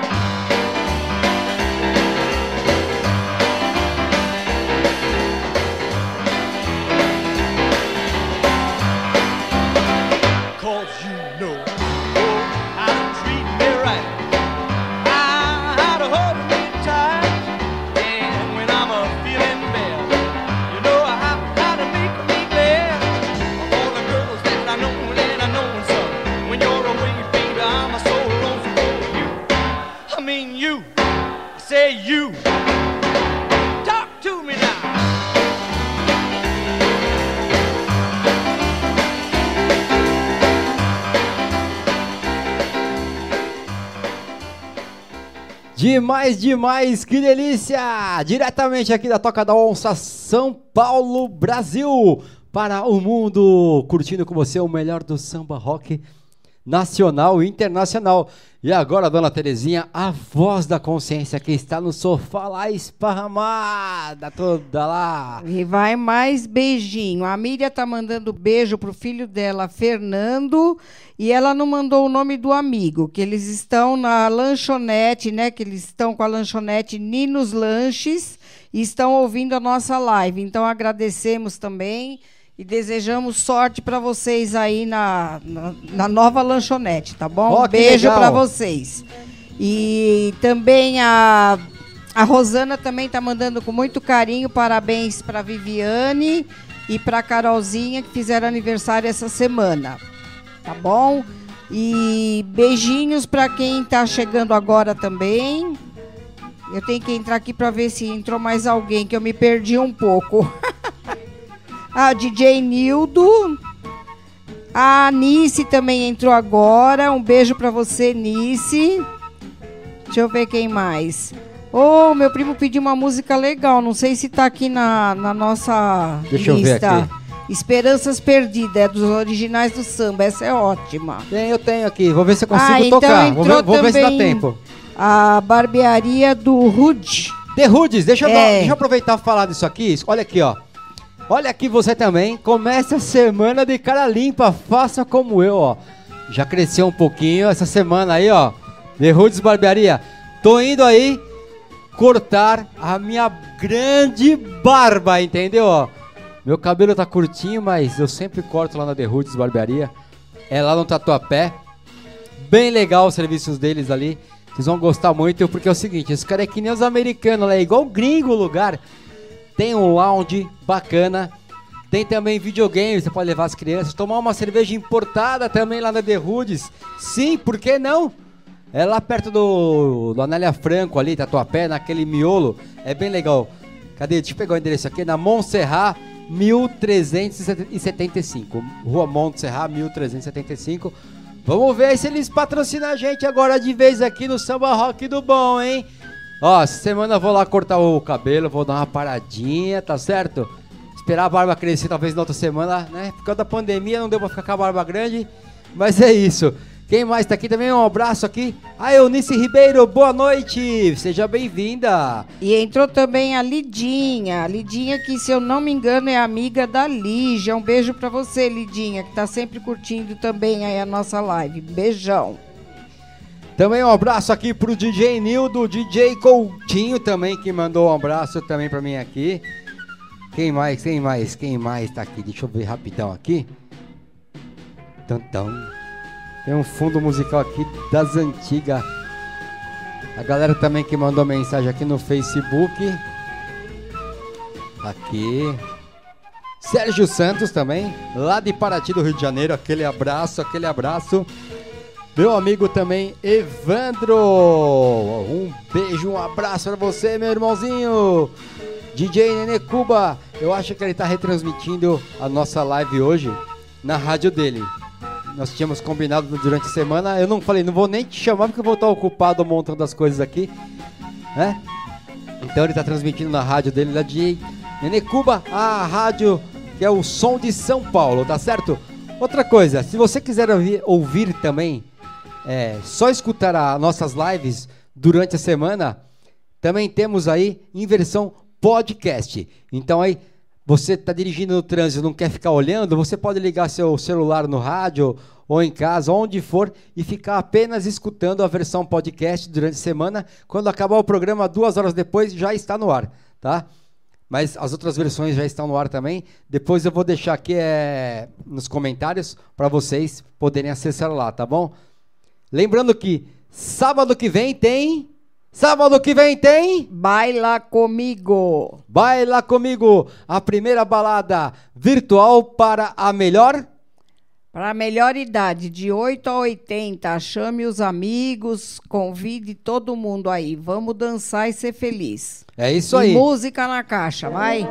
'Cause you know how to treat me right. How to hold me tight. Demais, demais, que delícia! Diretamente aqui da Toca da Onça, São Paulo, Brasil, para o mundo, curtindo com você o melhor do samba rock nacional e internacional. E agora, dona Terezinha, a voz da consciência que está no sofá lá esparramada, toda lá. E vai mais beijinho. A Miriam tá mandando beijo pro filho dela, Fernando, e ela não mandou o nome do amigo, que eles estão na lanchonete, né? Que eles estão com a lanchonete Ninos Lanches e estão ouvindo a nossa live. Então agradecemos também e desejamos sorte para vocês aí na nova lanchonete, tá bom? Ó, Um beijo legal. para vocês. E também a Rosana também tá mandando com muito carinho parabéns para Viviane e para Carolzinha, que fizeram aniversário essa semana. Tá bom? E beijinhos para quem tá chegando agora também. Eu tenho que entrar aqui para ver se entrou mais alguém, que eu me perdi um pouco. A DJ Nildo. A Nice também entrou agora. Um beijo pra você, Nice. Deixa eu ver quem mais. Ô, meu primo pediu uma música legal. Não sei se tá aqui na nossa Deixa eu ver lista. aqui. Esperanças Perdidas, é dos originais do samba. Essa é ótima. Eu tenho aqui, vou ver se eu consigo então tocar. entrou Vou ver se dá também tempo. A barbearia do Rude. The Hoods, deixa É. eu aproveitar e falar disso aqui. Olha aqui, ó. Olha aqui você também. Comece a semana de cara limpa. Faça como eu, ó. Já cresceu um pouquinho essa semana aí, ó. The Hoods Barbearia. Tô indo aí cortar a minha grande barba, entendeu? Ó, meu cabelo tá curtinho, mas eu sempre corto lá na The Hoods Barbearia. É lá no Tatuapé. Bem legal os serviços deles ali. Vocês vão gostar muito, porque é o seguinte, esse cara é que nem os americanos, é igual gringo o lugar. Tem um lounge bacana, tem também videogame, você pode levar as crianças, tomar uma cerveja importada também lá na The Hoods. Sim, por que não? É lá perto do Anália Franco ali, Tatuapé, naquele miolo, é bem legal. Cadê? Deixa eu pegar o endereço aqui, na Montserrat 1375, Rua Montserrat 1375. Vamos ver aí se eles patrocinam a gente agora de vez aqui no Samba Rock do Bom, hein? Ó, essa semana eu vou lá cortar o cabelo, vou dar uma paradinha, tá certo? Esperar a barba crescer talvez na outra semana, né? Por causa da pandemia não deu pra ficar com a barba grande, mas é isso. Quem mais tá aqui também? Um abraço aqui. A Eunice Ribeiro, boa noite, seja bem-vinda. E entrou também a Lidinha. A Lidinha, que se eu não me engano é amiga da Lígia. Um beijo pra você, Lidinha, que tá sempre curtindo também aí a nossa live. Beijão. Também um abraço aqui pro DJ Nildo, DJ Coutinho também, que mandou um abraço também pra mim aqui. Quem mais tá aqui? Deixa eu ver rapidão aqui. Tantão. Tem um fundo musical aqui das antigas. A galera também que mandou mensagem aqui no Facebook. Aqui. Sérgio Santos também, lá de Paraty do Rio de Janeiro. Aquele abraço, aquele abraço. Meu amigo também, Evandro. Um beijo, um abraço pra você, meu irmãozinho. DJ Nenê Cuba. Eu acho que ele tá retransmitindo a nossa live hoje na rádio dele. Nós tínhamos combinado durante a semana. Eu não falei, não vou nem te chamar porque eu vou estar ocupado montando as coisas aqui, né? Então ele tá transmitindo na rádio dele, lá de Nenê Cuba, a rádio que é o som de São Paulo, tá certo? Outra coisa, se você quiser ouvir também, só escutar as nossas lives durante a semana, também temos aí em versão podcast. Então aí, você está dirigindo no trânsito, não quer ficar olhando, você pode ligar seu celular no rádio ou em casa, onde for, e ficar apenas escutando a versão podcast durante a semana. Quando acabar o programa, 2 horas depois, já está no ar, tá? Mas as outras versões já estão no ar também. Depois eu vou deixar aqui nos comentários para vocês poderem acessar lá, tá bom? Lembrando que sábado que vem tem... Baila Comigo. Baila Comigo, a primeira balada virtual para a melhor... Para a melhor idade, de 8 a 80. Chame os amigos, convide todo mundo aí. Vamos dançar e ser feliz. É isso aí. E música na caixa, vai.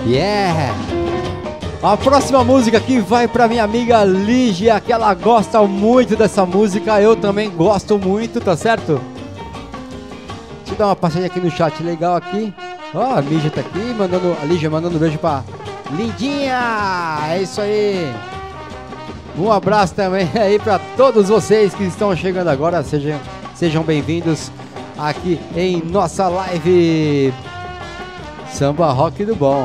Yeah! A próxima música aqui vai pra minha amiga Lígia, que ela gosta muito dessa música, eu também gosto muito, tá certo? Deixa eu dar uma passadinha aqui no chat legal aqui. Ó, a Lígia tá aqui, a Lígia mandando um beijo pra Lindinha! É isso aí! Um abraço também aí pra todos vocês que estão chegando agora, sejam bem-vindos aqui em nossa live Samba Rock do Bom.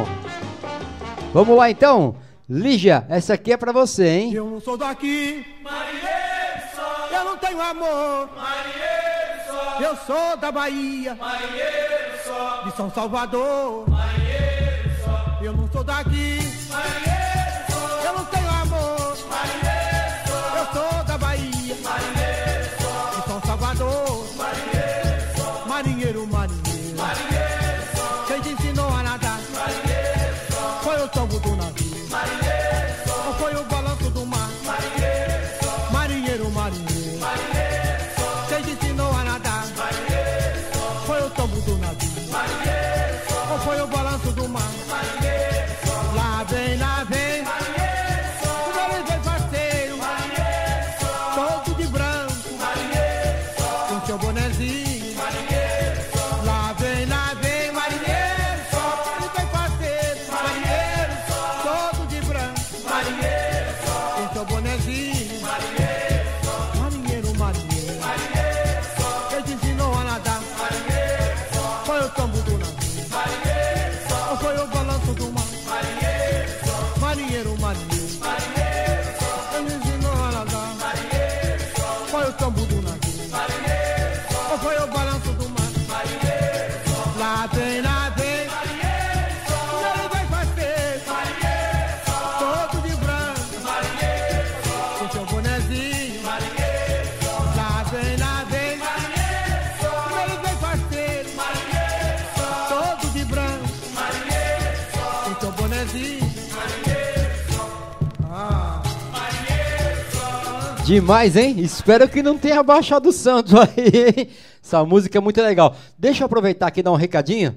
Vamos lá então, Lígia, essa aqui é pra você, hein? Eu não sou daqui, Marinheiro só, eu não tenho amor. marinheiro só, Eu sou da Bahia, marinheiro só, de São Salvador. marinheiro só, Eu não sou daqui, marinheiro só, eu não tenho amor. marinheiro só, Eu sou da Bahia, marinheiro só, de São Salvador. marinheiro só, Marinheiro, marinheiro, marinheiro só, quem te ensinou a nadar? marinheiro só, Foi o tombo do navio, marinheiro só, ou foi o balanço do mar? marinheiro só, Marinheiro, marinheiro, marinheiro só, quem te ensinou a nadar? marinheiro só, Foi o tombo do navio, marinheiro só, ou foi o balanço do mar? marinheiro só, Lá vem, marinheiro só, o meu vem parceiro, marinheiro só, todo de branco, marinheiro só, com seu bonezinho. marinheiro só, Lá vem, marinheiro, só ele vem parceiro, marinheiro, todo de branco, marinheiro só, com seu bonezinho. marinheiro só, Marinheiro, marinheiro, marinheiro só, ele te ensinou a nadar. marinheiro só, Foi o tombo do navio, marinheiro só, ou foi o balanço do mar? marinheiro só, Marinheiro, marinheiro, marinheiro só, ele te ensinou a nadar. marinheiro só, Foi o tombo do navio, marinheiro só, ou foi o balanço do mar? marinheiro só, Lá vem, marinheiro só, ele vem parceiro, marinheiro só, todo de branco, marinheiro só, com seu bonezinho. marinheiro só, Lá vem, marinheiro só, ele vem parceiro, marinheiro só, todo de branco, marinheiro só, com seu bonezinho. marinheiro só, Ah, marinheiro só. Demais, hein? Espero que não tenha baixado o santo aí, hein? Essa música é muito legal. Deixa eu aproveitar aqui e dar um recadinho.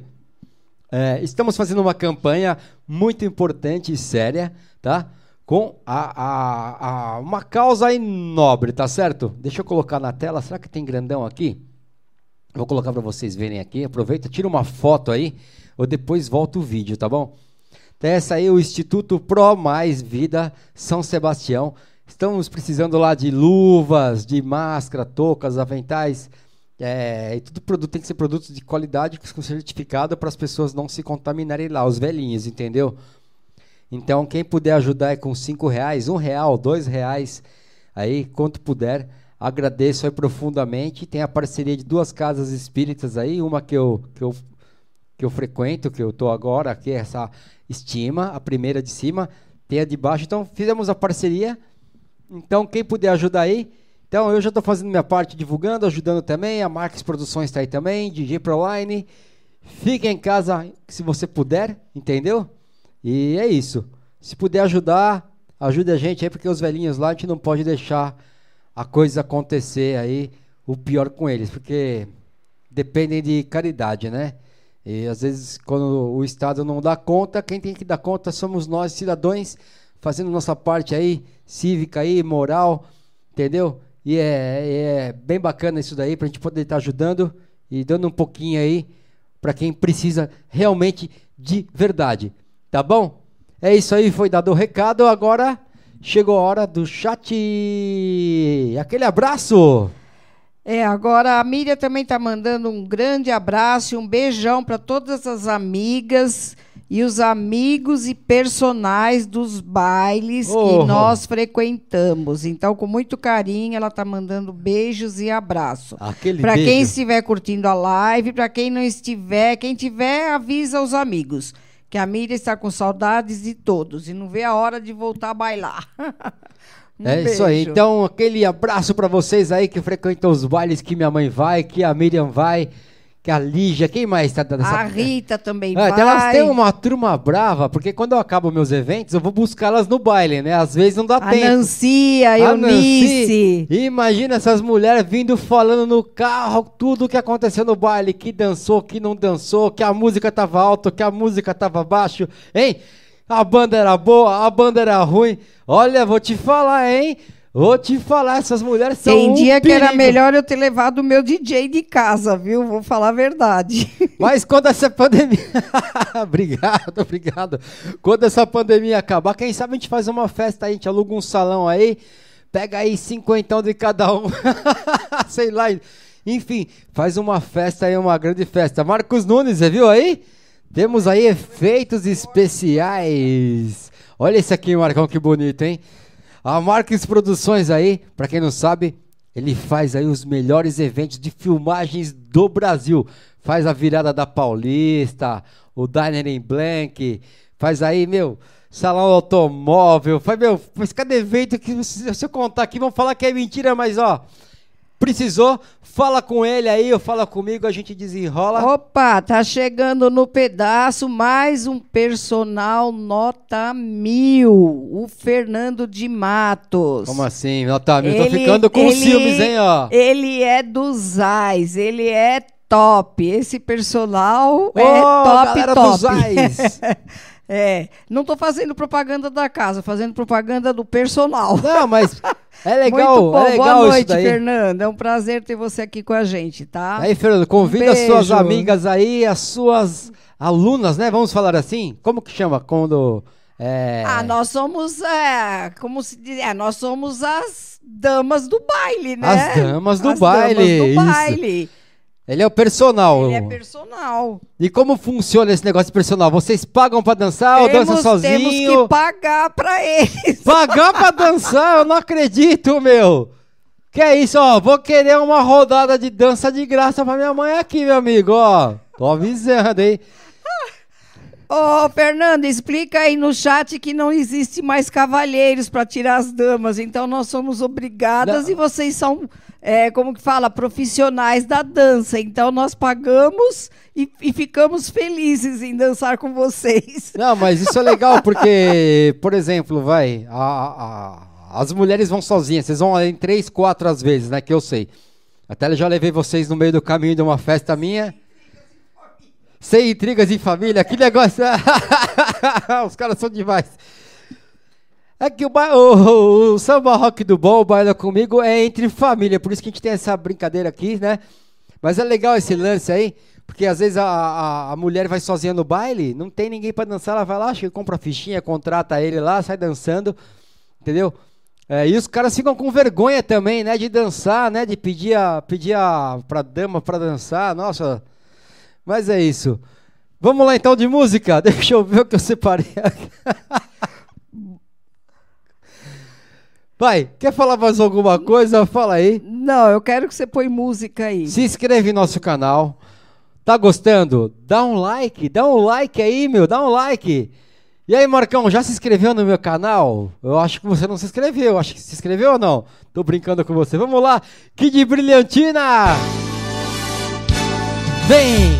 Estamos fazendo uma campanha muito importante e séria, tá? Com uma causa aí nobre, tá certo? Deixa eu colocar na tela. Será que tem grandão aqui? Vou colocar para vocês verem aqui. Aproveita, tira uma foto aí, ou depois volta o vídeo, tá bom? Essa aí é o Instituto Pro Mais Vida São Sebastião. Estamos precisando lá de luvas, de máscara, toucas, aventais. E tudo produto tem que ser produtos de qualidade com certificado para as pessoas não se contaminarem lá, os velhinhos, entendeu? Então, quem puder ajudar com R$5, R$1, R$2, aí, quanto puder, agradeço aí profundamente. Tem a parceria de 2 casas espíritas aí, uma que eu frequento, que eu estou agora, que é essa Estima, a primeira de cima, tem a de baixo. Então, fizemos a parceria. Então, quem puder ajudar aí. Então, eu já estou fazendo minha parte divulgando, ajudando também. A Marques Produções está aí também, DJ Proline. Fique em casa se você puder, entendeu? E é isso. Se puder ajudar, ajude a gente aí, porque os velhinhos lá, a gente não pode deixar a coisa acontecer aí, o pior com eles, porque dependem de caridade, né? E às vezes, quando o Estado não dá conta, quem tem que dar conta somos nós, cidadãos, fazendo nossa parte aí, cívica aí, moral, entendeu? E é bem bacana isso daí, pra gente poder estar ajudando e dando um pouquinho aí para quem precisa realmente de verdade, tá bom? É isso aí, foi dado o recado, agora chegou a hora do chat. Aquele abraço! Agora a Miriam também está mandando um grande abraço e um beijão para todas as amigas e os amigos e personagens dos bailes que nós frequentamos. Então, com muito carinho, ela está mandando beijos e abraços. Para quem estiver curtindo a live, para quem não estiver, quem tiver, avisa os amigos. Que a Miriam está com saudades de todos e não vê a hora de voltar a bailar. Beijo. Isso aí. Então, aquele abraço para vocês aí que frequentam os bailes que minha mãe vai, que a Miriam vai, que a Lígia, quem mais tá dessa... A Rita também Ah, vai. então elas têm uma turma brava, porque quando eu acabo meus eventos, eu vou buscá-las no baile, né? Às vezes não dá A tempo. Nancy, a Eunice. Imagina essas mulheres vindo falando no carro tudo o que aconteceu no baile, que dançou, que não dançou, que a música tava alta, que a música tava baixo, hein? A banda era boa, a banda era ruim. Olha, vou te falar, hein? Vou te falar, essas mulheres são Tem dia que era perigo. melhor eu ter levado o meu DJ de casa, viu? Vou falar a verdade. Mas quando essa pandemia... Obrigado. Quando essa pandemia acabar, quem sabe a gente faz uma festa aí, a gente aluga um salão aí, pega aí 50 de cada um, sei lá, enfim, faz uma festa aí, uma grande festa. Marcos Nunes, você viu aí? Temos aí efeitos especiais. Olha esse aqui, Marcão, que bonito, hein? A Marques Produções aí, pra quem não sabe, ele faz aí os melhores eventos de filmagens do Brasil. Faz a virada da Paulista, o Diner em Blank, faz aí, meu, salão automóvel, faz cada evento que se eu contar aqui vão falar que é mentira, mas ó, precisou, fala com ele aí, ou fala comigo, a gente desenrola. Opa, tá chegando no pedaço mais um personal nota 1000, o Fernando de Matos. Como assim, nota 1000? Tô ficando com ciúmes, hein, ó. Ele é dos AIS, ele é top. Esse personal é galera top. dos AIS. É, não tô fazendo propaganda da casa, fazendo propaganda do personal. Não, mas é legal, Muito bom. é legal Boa isso noite, daí. Fernando. É um prazer ter você aqui com a gente, tá? Aí, Fernando, convida Um as suas beijo. amigas aí, as suas alunas, né? Vamos falar assim? Como que chama? Quando... Nós somos, como se diz, nós somos as damas do baile, né? As damas do As baile, damas do isso. baile. Ele é o personal. Ele é personal. E como funciona esse negócio de personal? Vocês pagam pra dançar ou dançam sozinho? Temos que pagar pra eles. Pagar pra dançar? Eu não acredito, meu. Que é isso, ó. Vou querer uma rodada de dança de graça pra minha mãe aqui, meu amigo, ó. Tô avisando, hein. Ô, Fernando, explica aí no chat que não existe mais cavalheiros para tirar as damas. Então, nós somos obrigadas e vocês são, como que fala, profissionais da dança. Então, nós pagamos e ficamos felizes em dançar com vocês. Não, mas isso é legal porque, por exemplo, as mulheres vão sozinhas. Vocês vão em 3, 4 às vezes, né? Que eu sei. Até eu já levei vocês no meio do caminho de uma festa minha. Sem intrigas em família, que negócio. Os caras são demais. É que o samba rock do bom, o Baila Comigo, é entre família. Por isso que a gente tem essa brincadeira aqui, né? Mas é legal esse lance aí, porque às vezes a mulher vai sozinha no baile, não tem ninguém pra dançar, ela vai lá, chega, compra a fichinha, contrata ele lá, sai dançando, entendeu? E os caras ficam com vergonha também, né? De dançar, né? De pedir pra dama pra dançar, nossa... Mas é isso. Vamos lá então de música. Deixa eu ver o que eu separei aqui. Vai, quer falar mais alguma coisa? Fala aí. Não, eu quero que você põe música aí. Se inscreve no nosso canal. Tá gostando? Dá um like aí, meu. Dá um like. E aí, Marcão, já se inscreveu no meu canal? Eu acho que você não se inscreveu. Acho que se inscreveu ou não? Tô brincando com você. Vamos lá. Kid Brilhantina. Vem!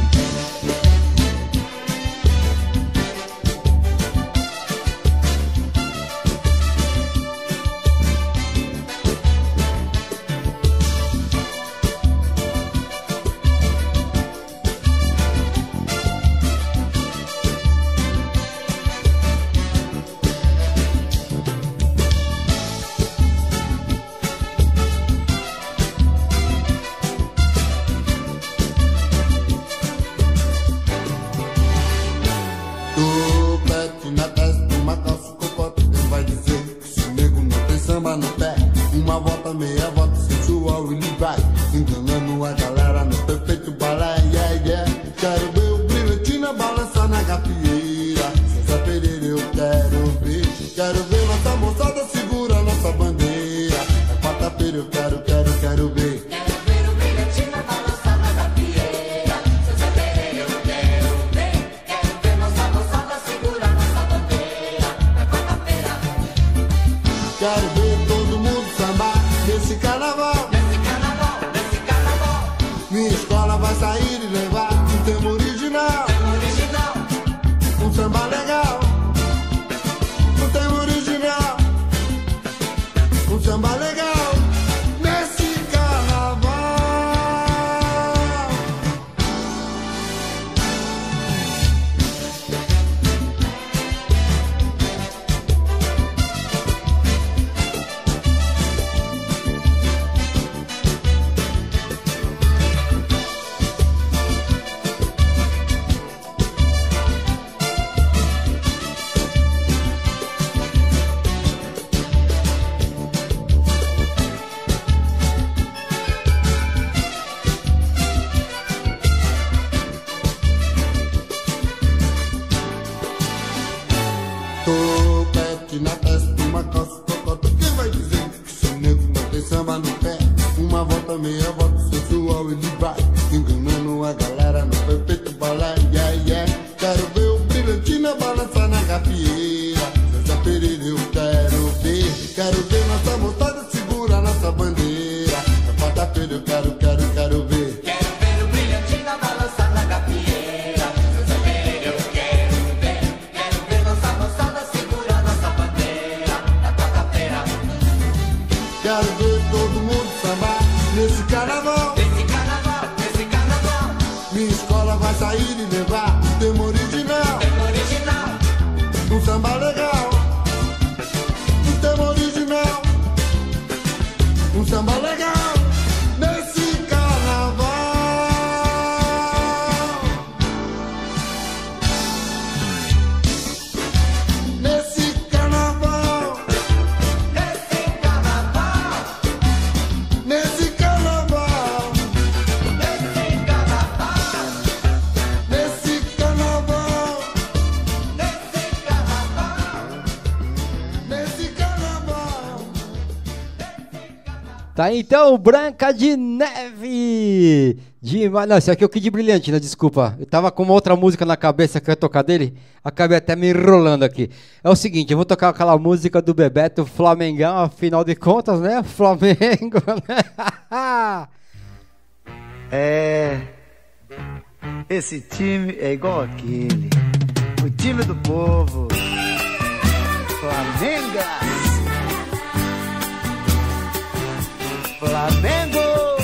Topete na testa, uma calça cocote. Quem vai dizer que se o nego não tem samba no pé? Uma volta, meia volta, sensual ele vai enganando a galera no perfeito balé, yeah, yeah. Quero ver o brilhantina balançar na gafieira. César Pereira eu quero ver. Quero ver nossa moçada segura nossa bandeira. É quarta-feira eu quero ver. Quero ver todo mundo sambar nesse carnaval. meia volta sensual ele vai enganando a galera no perfeito balé, yeah, yeah. Quero ver o Brilhantina balançar na gafieira. Zezé Pereira eu quero ver nossa moçada segurar nossa bandeira. Na quarta-feira eu quero ver. Quero ver o Brilhantina balançar na gafieira. Zezé Pereira eu quero ver nossa moçada segurar nossa bandeira. Na quarta-feira. Quero ver todo mundo sambar nesse carnaval. Minha escola vai sair e levar um tema original. Um samba legal. Um tema original. Um samba legal. Nesse carnaval. Nesse carnaval. Nesse carnaval. Nesse carnaval. Nesse carnaval. Nesse carnaval. Nesse carnaval. Tá então, Branca de Neve. Não, esse aqui é o Kid Brilhantina, desculpa. Eu tava com uma outra música na cabeça que eu ia tocar dele. Acabei até me enrolando aqui. É o seguinte, eu vou tocar aquela música do Bebeto, Flamengão, afinal de contas, né? Flamengo, né? É. Esse time é igual aquele. O time do povo. Flamengas. Flamengo.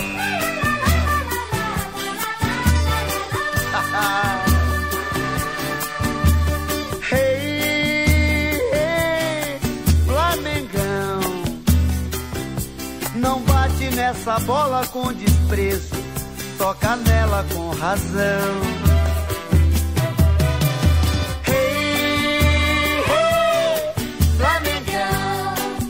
Hey, hey, Flamengão. Não bate nessa bola com desprezo. Toca nela com razão. Hey, hey, Flamengão.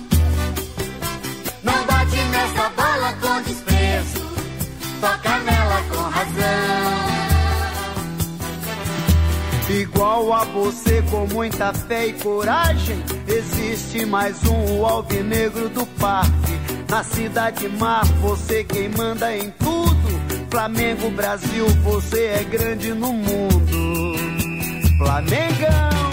Não bate nessa bola com desprezo. Toca nela com razão. Igual a você com muita fé e coragem, existe mais um, o alvinegro do parque. Na cidade mar, você quem manda em tudo. Flamengo, Brasil, você é grande no mundo. Flamengão.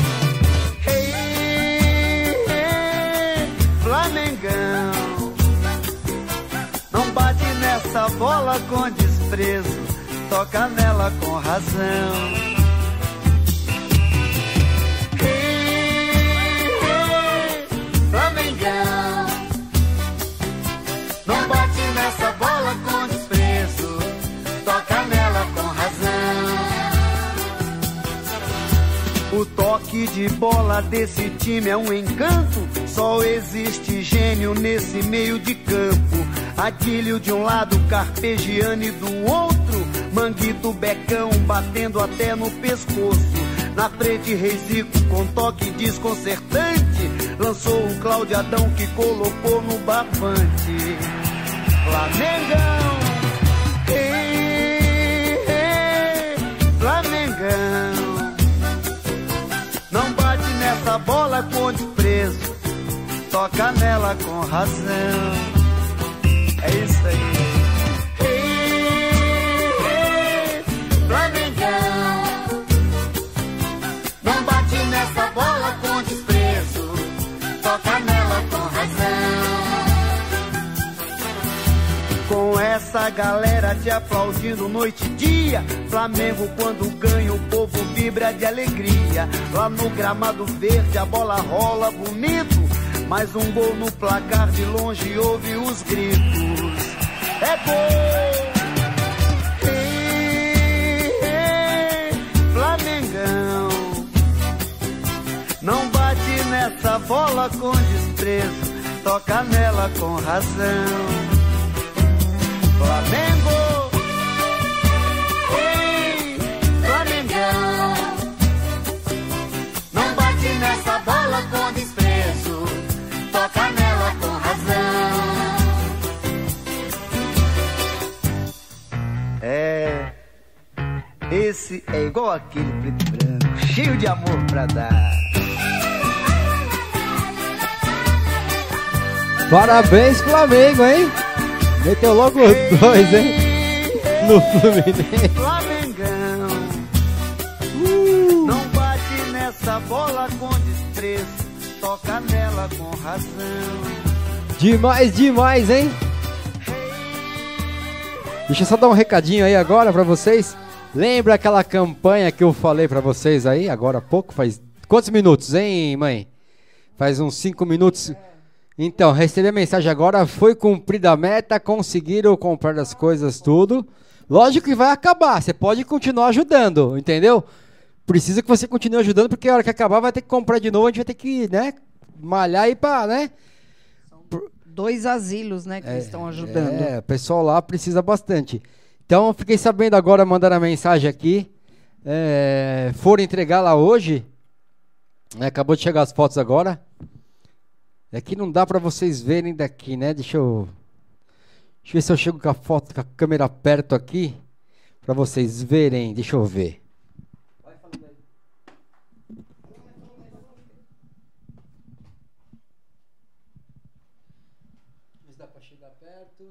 Hey, hey, Flamengão. Não bate nessa bola com desprezo. Toca nela com razão. Flamengão. Não bate nessa bola com desprezo. Toca nela com razão. O toque de bola desse time é um encanto. Só existe gênio nesse meio de campo. Adílio de um lado, Carpegiani do outro. Manguito, Becão batendo até no pescoço. Na frente, Rezico com toque desconcertante. Lançou o Cláudio Adão que colocou no barbante. Flamengão. Hey, hey, Flamengão. Não bate nessa bola com desprezo. Toca nela com razão. É isso aí. Hey, hey, Flamengão. Não bate nessa bola com desprezo. Toca nela com razão. Com essa galera te aplaudindo noite e dia, Flamengo quando ganha o povo vibra de alegria. Lá no gramado verde a bola rola bonito. Mais um gol no placar, de longe ouve os gritos. É gol! Hey, hey, Flamengão. Não bate nessa bola com desprezo. Toca nela com razão. Flamengo. Hey, Flamengão. Não bate nessa bola com desprezo. Toca nela com razão. É. Esse é igual aquele preto e branco, cheio de amor pra dar. Parabéns, Flamengo, hein? Meteu logo dois, hein? No Fluminense. Flamengão. Não bate nessa bola com desprezo, toca nela com razão. Demais, demais, hein? Deixa eu só dar um recadinho aí agora pra vocês. Lembra aquela campanha que eu falei pra vocês aí, agora há pouco? Faz quantos minutos, hein, mãe? Faz uns 5 minutos. Então, recebi a mensagem agora, foi cumprida a meta, conseguiram comprar as coisas, tudo. Lógico que vai acabar, você pode continuar ajudando, entendeu? Precisa que você continue ajudando, porque a hora que acabar vai ter que comprar de novo, a gente vai ter que, né, malhar e pá, né? 2 asilos, né, que eles estão ajudando. O pessoal lá precisa bastante. Então, eu fiquei sabendo agora, mandaram a mensagem aqui, foram entregar lá hoje, acabou de chegar as fotos agora. Aqui não dá pra vocês verem daqui, né? Deixa eu ver se eu chego com a foto, com a câmera perto aqui, pra vocês verem. Deixa eu ver. Vai falando aí. Mas dá pra chegar perto.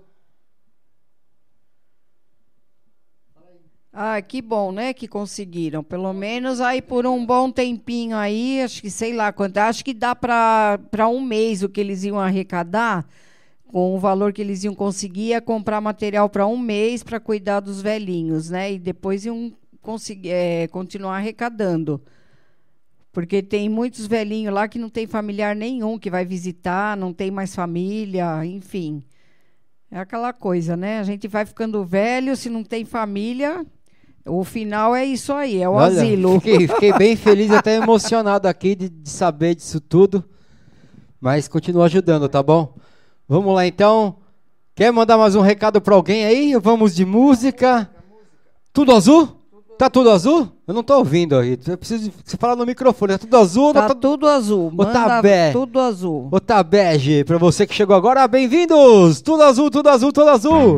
Ah, que bom, né, que conseguiram. Pelo menos aí por um bom tempinho aí, acho que sei lá quanto, acho que dá para um mês o que eles iam arrecadar, com o valor que eles iam conseguir, ia comprar material para um mês para cuidar dos velhinhos, né? E depois iam conseguir continuar arrecadando. Porque tem muitos velhinhos lá que não tem familiar nenhum que vai visitar, não tem mais família, enfim. É aquela coisa, né? A gente vai ficando velho, se não tem família, o final é isso aí, é o asilo. Fiquei bem feliz, até emocionado aqui de saber disso tudo. Mas continua ajudando, tá bom? Vamos lá então. Quer mandar mais um recado para alguém aí? Vamos de música. Tudo azul? Tá tudo azul? Eu não tô ouvindo aí. Eu preciso que você falar no microfone. Tá tudo azul? Tá tudo azul. Manda tudo azul. Ô, tá bege. Pra você que chegou agora, bem-vindos! Tudo azul, tudo azul, tudo azul.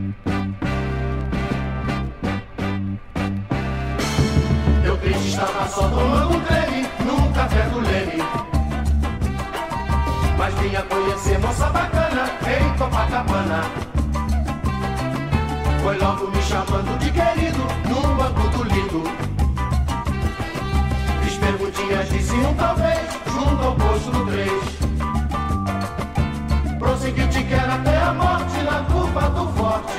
Eu triste estava só tomando um creme num café do Leme. Mas vinha conhecer moça bacana em Copacabana. Foi logo me chamando de querido num banco do lido. Fiz perguntinhas, disse talvez, junto ao posto do 3. Prossegui, te quero até a morte na curva do Forte.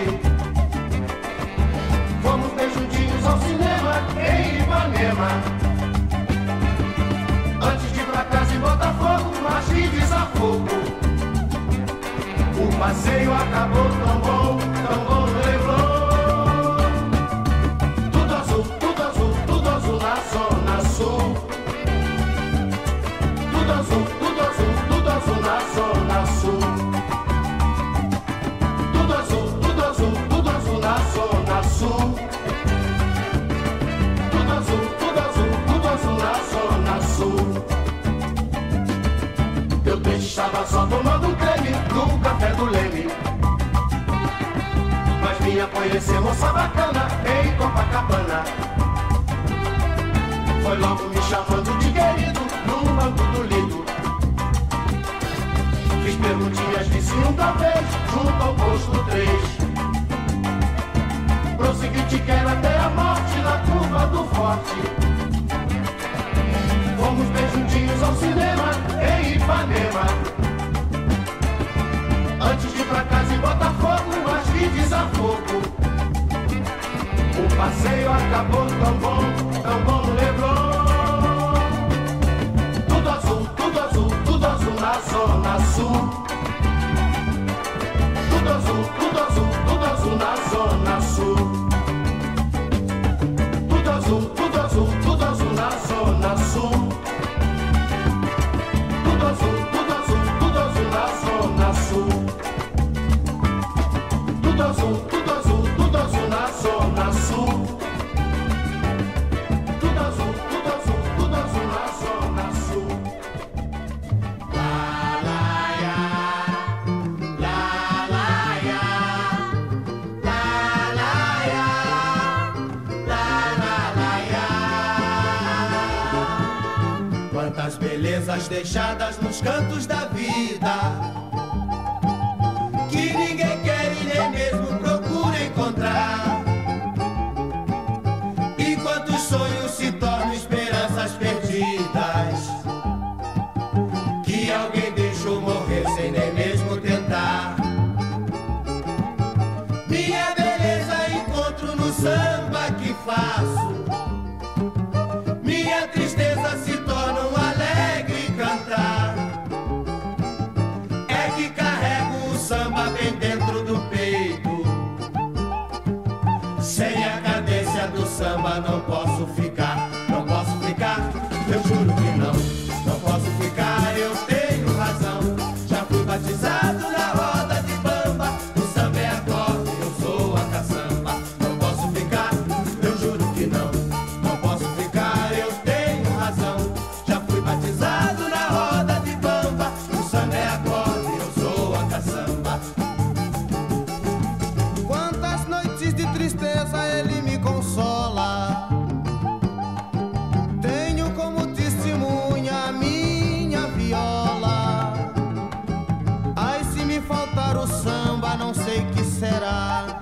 Fomos bem juntinhos ao cinema em Ipanema. Antes de ir pra casa em Botafogo, mas que desafogo. O passeio acabou tão bom no Leblon. Tudo azul, na zona sul. Tudo azul, na zona sul. Tudo azul, na zona sul. Tudo azul, na zona sul. Eu estava só tomando um creme no café do Leme. Mas vinha conhecer moça bacana em Copacabana. Foi logo me chamando de querido num banco do lido. Fiz perguntinhas, disse talvez, junto ao posto 3. Prossegui, te quero até a morte na curva do Forte. Fomos bem juntinhos ao cinema em Ipanema. Antes de ir pra casa em Botafogo, mas que desafogo. O passeio acabou tão bom no Leblon. Tudo azul, na zona sul. Tudo azul, na zona sul. Tudo azul, na zona sul. Tudo azul, na zona sul. Tudo azul, na zona sul. Tudo azul, na zona sul. La la ya, la la ya, la la ya, la ya. Quantas belezas deixadas nos cantos da vida, que ninguém quer e samba não posso ficar, não posso ficar, eu juro que não posso ficar, eu tenho razão. Já fui batizado na roda de bamba, o samba é acorde, eu sou a caçamba. Não posso ficar, eu juro que não posso ficar, eu tenho razão. Já fui batizado na roda de bamba, o samba é acorde, eu sou a caçamba. Quantas noites de tristeza ele me consola. Tenho como testemunha a minha viola. Ai, se me faltar o samba, não sei que será.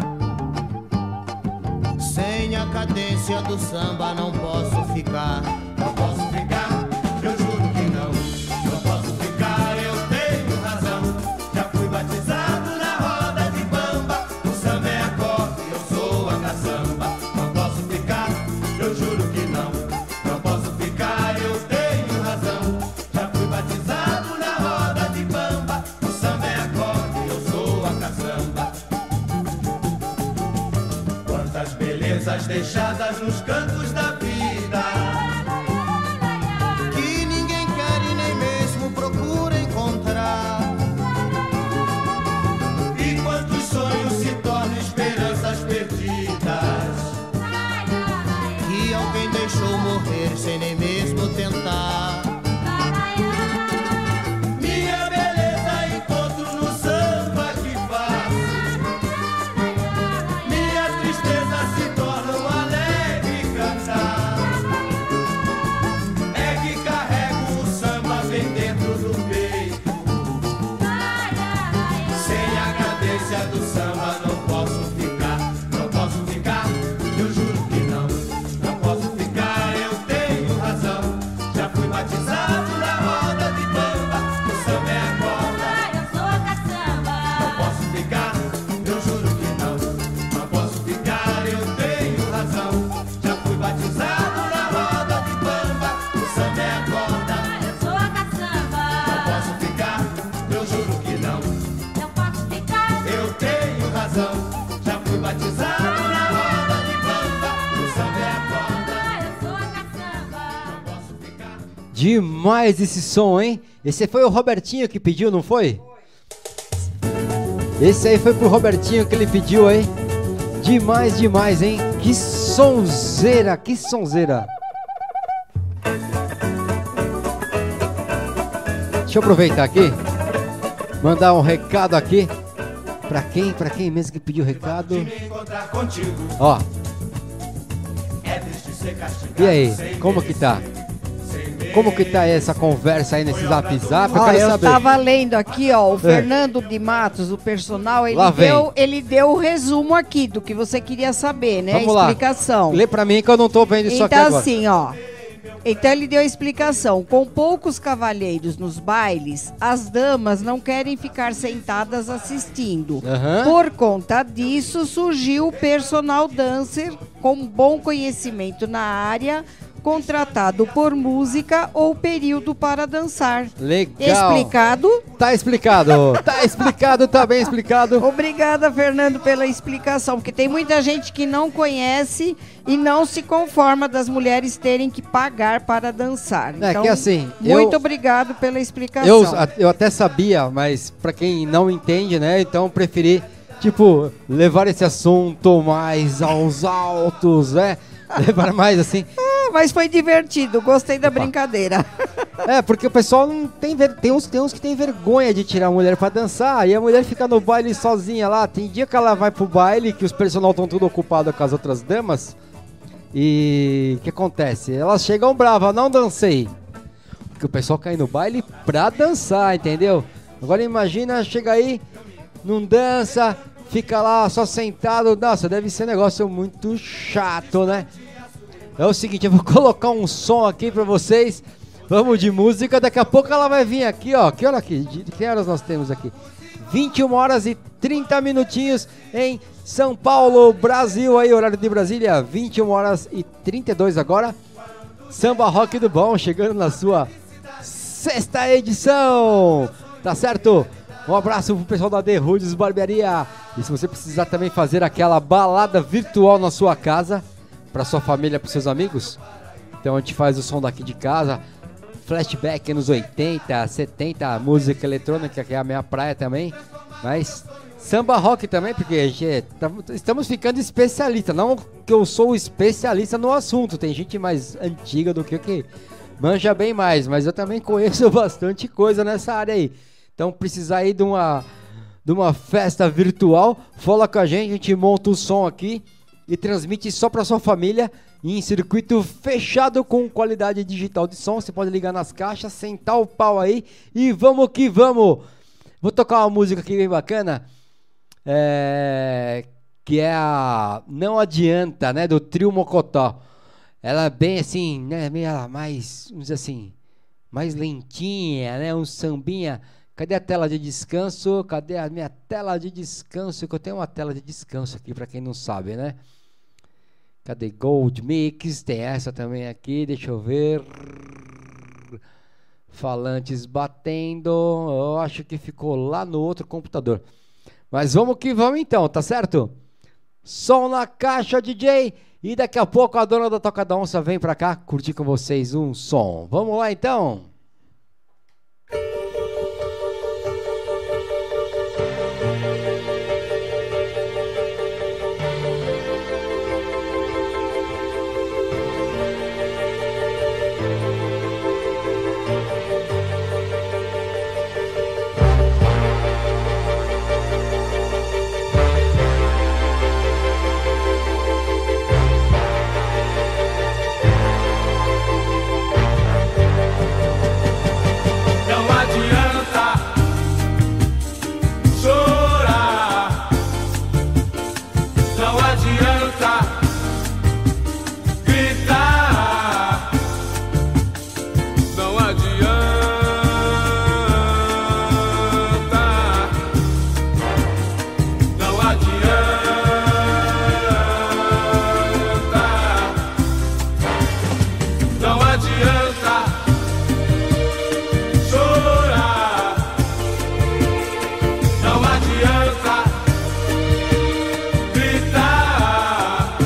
Sem a cadência do samba não posso ficar. Não posso ficar, eu juro que não posso ficar, eu tenho razão. Já fui batizado na roda de bamba, o samba é acorde, eu sou a caçamba. Não posso ficar, eu juro que não posso ficar, eu tenho razão. Já fui batizado na roda de bamba, o samba é acorde, eu sou a caçamba. Quantas belezas deixadas nos cantos da vida, Que ninguém quer e nem mesmo procura encontrar. e quantos sonhos se tornam esperanças perdidas. Que alguém deixou morrer sem nem mesmo tentar. Minha beleza encontro no samba que faço. Minha tristeza se torna um alegre cantar. É que carrego o samba bem dentro do peito. Sem a cadência do samba não posso ficar, não posso ficar, eu juro que não posso ficar, eu tenho razão. Já fui batizado na roda de bamba, o samba é a corda, Eu sou a caçamba. não posso ficar, eu juro que não posso ficar, eu tenho razão. Já fui batizado na roda de bamba, o samba é a corda, Eu sou a caçamba. não posso ficar, eu juro que não posso ficar. eu tenho razão. Já fui batizado na roda de bamba, o samba é a corda, Eu sou a caçamba. não posso ficar. Demais esse som, hein? Esse foi o Robertinho que pediu, não foi? Esse aí foi pro Robertinho que ele pediu, hein? Demais, demais, hein? Que sonzeira, que sonzeira. Deixa eu aproveitar aqui, mandar um recado aqui. Pra quem mesmo que pediu o recado? Me encontrar contigo Ó, é triste ser castigado. e aí, sem como que tá? merecer. Como que tá essa conversa aí nesse zap zap? Eu Ó, quero eu saber. tava lendo aqui, ó, o Fernando de Matos, o personal, Lá vem. ele deu o resumo aqui do que você queria saber, né? Vamos a lá. explicação. Lê pra mim que eu não tô vendo isso aqui Então agora. assim, ó. Então ele deu a explicação. Com poucos cavalheiros nos bailes, as damas não querem ficar sentadas assistindo. Aham. Por conta disso, surgiu o personal dancer com bom conhecimento na área, contratado por música ou período para dançar. Legal. Explicado? Tá explicado. Tá explicado, tá bem explicado. Obrigada, Fernando, pela explicação, porque tem muita gente que não conhece e não se conforma das mulheres terem que pagar para dançar. É que assim, muito eu- obrigado pela explicação. Eu até sabia, mas pra quem não entende, né? Então preferi, tipo, levar esse assunto mais aos altos, né? Levar mais assim. Mas foi divertido, gostei da brincadeira. É, porque o pessoal não tem tem uns que tem vergonha de tirar a mulher pra dançar, e a mulher fica no baile sozinha lá. Tem dia que ela vai pro baile, que os personal estão tudo ocupados com as outras damas. E o que acontece? Elas chegam bravas, não dancei. Porque o pessoal cai no baile pra dançar, entendeu? Agora imagina, chega aí, não dança, fica lá só sentado. Nossa, deve ser um negócio muito chato, né? É o seguinte, eu vou colocar um som aqui pra vocês. Vamos de música, daqui a pouco ela vai vir aqui, ó. Que hora aqui? De que horas nós temos aqui? 21 horas e 30 minutinhos em São Paulo, Brasil, aí, horário de Brasília, 21 horas e 32 agora. Samba Rock do Bom, chegando na sua 6ª edição, tá certo? Um abraço pro pessoal da The Roots Barbearia. E se você precisar também fazer aquela balada virtual na sua casa, pra sua família, pros seus amigos. Então a gente faz o som daqui de casa, flashback anos 80, 70, música eletrônica, que é a minha praia também, mas samba rock também, porque a gente estamos ficando especialista, não que eu sou especialista no assunto, tem gente mais antiga do que eu que manja bem mais, mas eu também conheço bastante coisa nessa área aí. Então precisar aí de uma festa virtual, fala com a gente monta o som aqui e transmite só para sua família em circuito fechado com qualidade digital de som. Você pode ligar nas caixas, sentar o pau aí e vamos que vamos. Vou tocar uma música aqui bem bacana, que é a Não Adianta, né, do Trio Mocotó. Ela é bem assim, né, meio mais, vamos dizer assim, mais lentinha, né, um sambinha. Cadê a tela de descanso? Cadê a minha tela de descanso? Que eu tenho uma tela de descanso aqui, pra quem não sabe, né? Cadê Gold Mix? Tem essa também aqui, deixa eu ver. Falantes batendo. Eu acho que ficou lá no outro computador. Mas vamos que vamos então, tá certo? Som na caixa, DJ. E daqui a pouco a dona da Toca da Onça vem pra cá curtir com vocês um som. Vamos lá então? Não adianta gritar.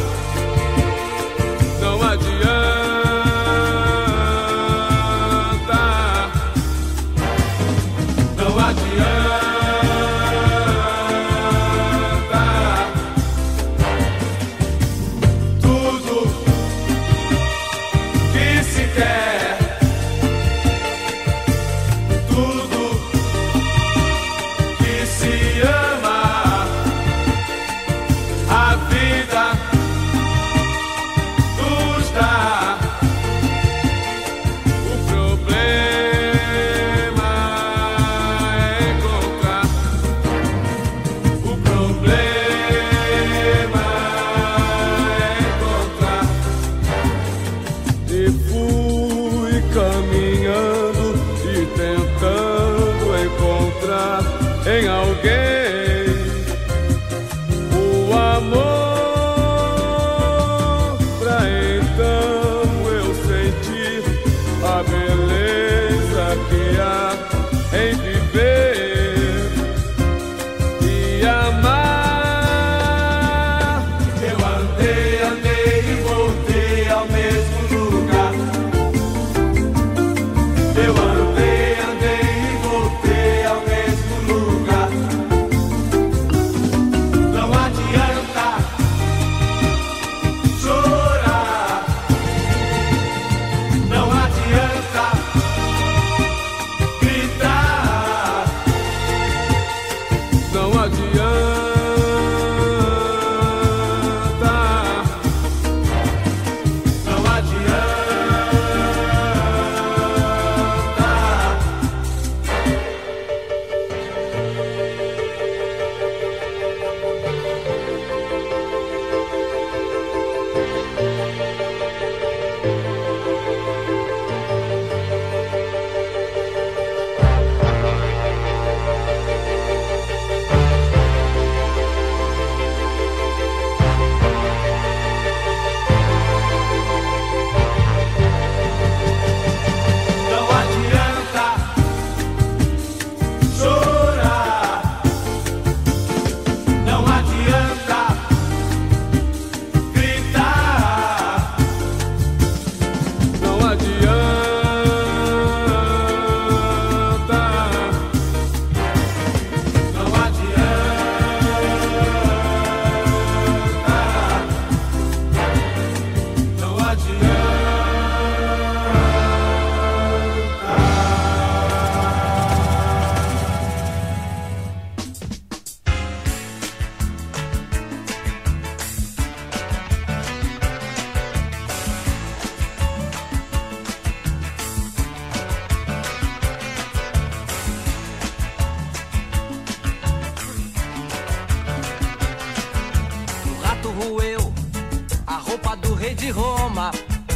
roeu a roupa do rei de Roma.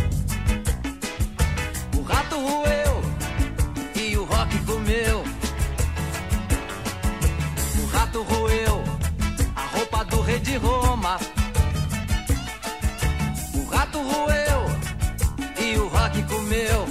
O rato roeu e o rock comeu. O rato roeu a roupa do rei de Roma. O rato roeu e o rock comeu.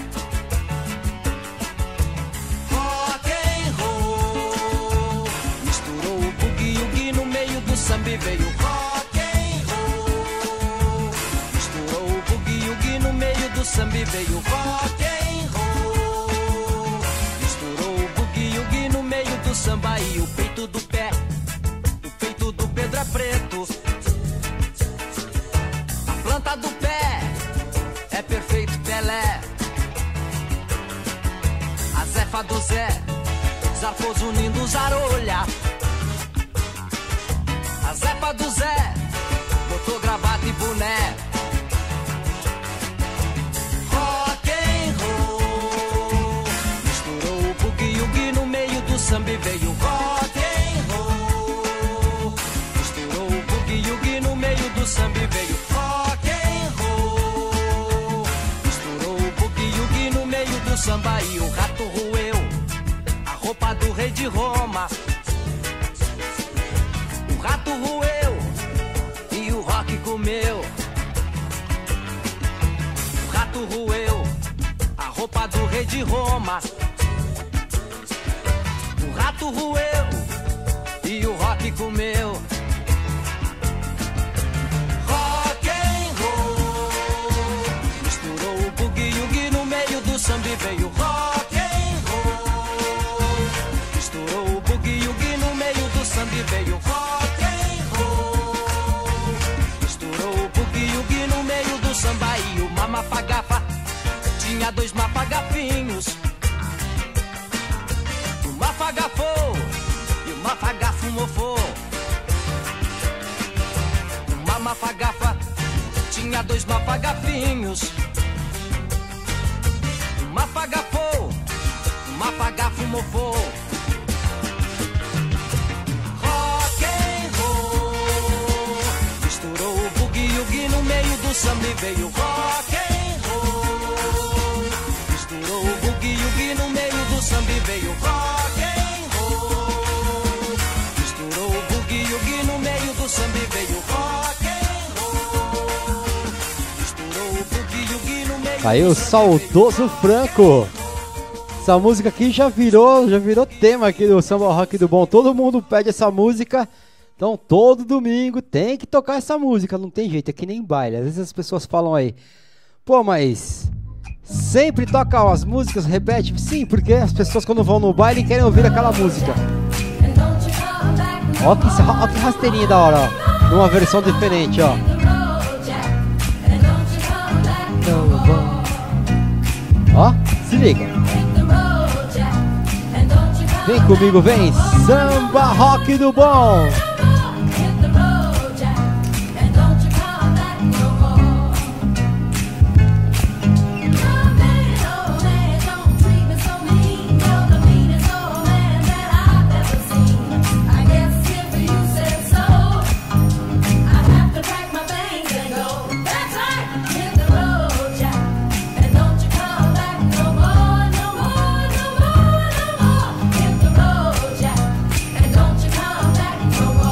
Rock and roll misturou o boogie-woogie no meio do samba e veio rock and roll. Misturou o boogie-woogie no meio do samba e veio rock and roll. Misturou o boogie-woogie no meio do samba e o peito do pé, o peito do Pedro é preto. A planta do pé é perfeito Pelé. A zefa do Zé zarpou unindo zarolha. A zefa do Zé botou gravata e boné. Rock and roll misturou o boogie-woogie no meio do samba e veio rock and roll. Misturou o boogie-woogie no meio do samba e veio rock and roll. Misturou o boogie-woogie no meio do samba e o rato roeu a roupa do rei de Roma. O rato roeu e o rock comeu. O rato roeu a roupa do rei de Roma. O rato roeu e o rock comeu. Rock and roll misturou o boogie-woogie no meio do samba e veio rock and roll. Misturou o boogie-woogie no meio do samba e veio rock and roll. Misturou o boogie-woogie no meio do samba e o mamafagafa tinha dois mafagafinhos. O mafagafou e o mafagafo mofou. O mamafagafa tinha dois mafagafinhos. O mafagafou, o mafagafo mofou. Rock and roll misturou o boogie-woogie no meio do samba e veio rock and roll. Misturou o boogie-woogie no meio do samba e veio rock and roll. Misturou o boogie-woogie no meio do samba e veio rock and roll. Misturou o boogie-woogie no meio Aí o saudoso Franco. Essa música aqui já virou tema aqui do Samba Rock do Bom. Todo mundo pede essa música. Então todo domingo tem que tocar essa música. Não tem jeito, é que nem baile. Às vezes as pessoas falam aí, pô, mas sempre toca as músicas, repete. Sim, porque as pessoas quando vão no baile querem ouvir aquela música. Ó que rasteirinha da hora, ó. Numa versão diferente, ó. Ó, se liga. Vem comigo, vem. Samba Rock do Bom. No more.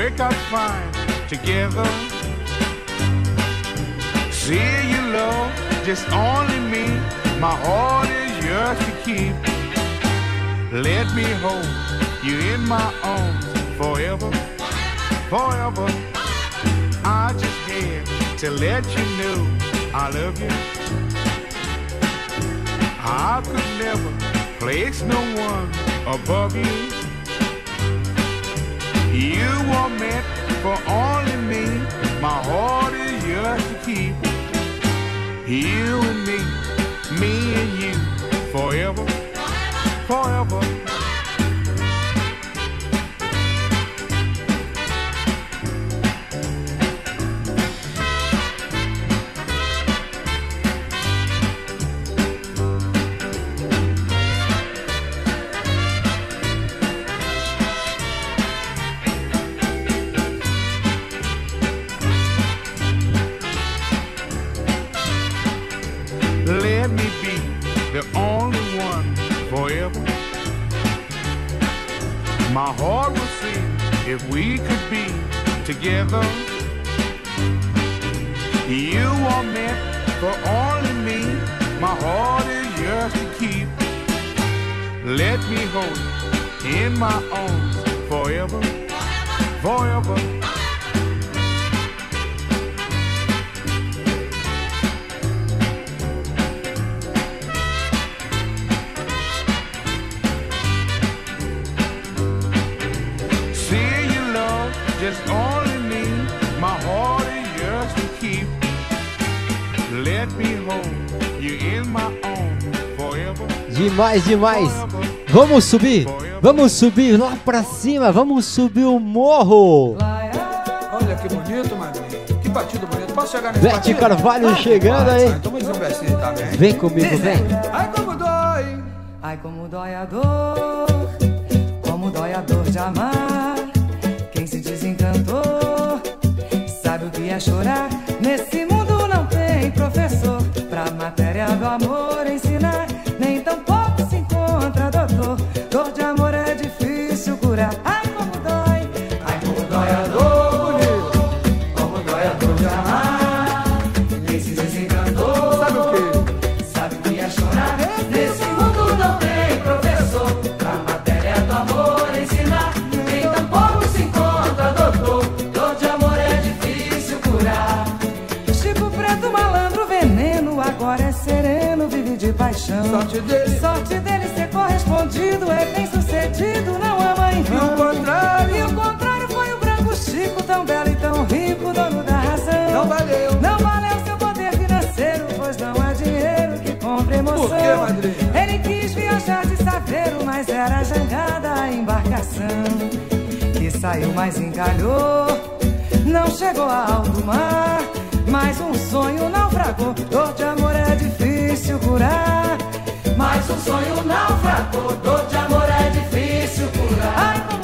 work out fine together. See you, love, just only me. My heart is yours to keep. Let me hold you in my arms forever, forever. I just had to let you know I love you. I could never place no one above you. You were meant for only me. My heart is yours to keep. You and me and you, forever, forever. Let me be the only one forever. My heart would sing if we could be together. You are meant for only me. My heart is yours to keep. Let me hold you in my arms forever, forever. Just only me, my heart is yours to keep. Let me hold you in my arms forever. Demais, demais. Vamos subir lá pra cima, vamos subir o morro. Olha que bonito, madrinha. Que batido bonito. Posso chegar nesse Bete batido? Carvalho chegando aí. Então vamos um versinho também. Vem comigo, vem. Ai, como dói. Ai, como dói a dor. Como dói a dor de amar. Quem se desencantou sabe o que é chorar. Nesse mundo não tem professor pra matéria do amor ensinar. Nem tampouco se encontra doutor. Dor de amor é difícil curar. Ai, como dói a dor. Como dói a dor de amar. Quem se desencantou sabe o quê? sabe o que é chorar. Nesse mundo não tem professor pra matéria do amor ensinar. Nem tampouco se encontra doutor. Dor de amor é difícil curar. Chico Preto, malandro, veneno, agora é sereno, vive de paixão. Sorte dele ser correspondido, é bem sucedido, não ama em vão. E o contrário foi o branco Chico, tão belo e tão rico, dono da razão. Não valeu seu poder financeiro, pois não há dinheiro que compre emoção. Por quê, madrinha? Ele quis viajar de saveiro, mas era jangada a embarcação. Que saiu, mas encalhou, não chegou a alto mar. Mas um sonho naufragou, dor de amor é difícil curar. Mas um sonho naufragou, dor de amor é difícil curar. Ai, como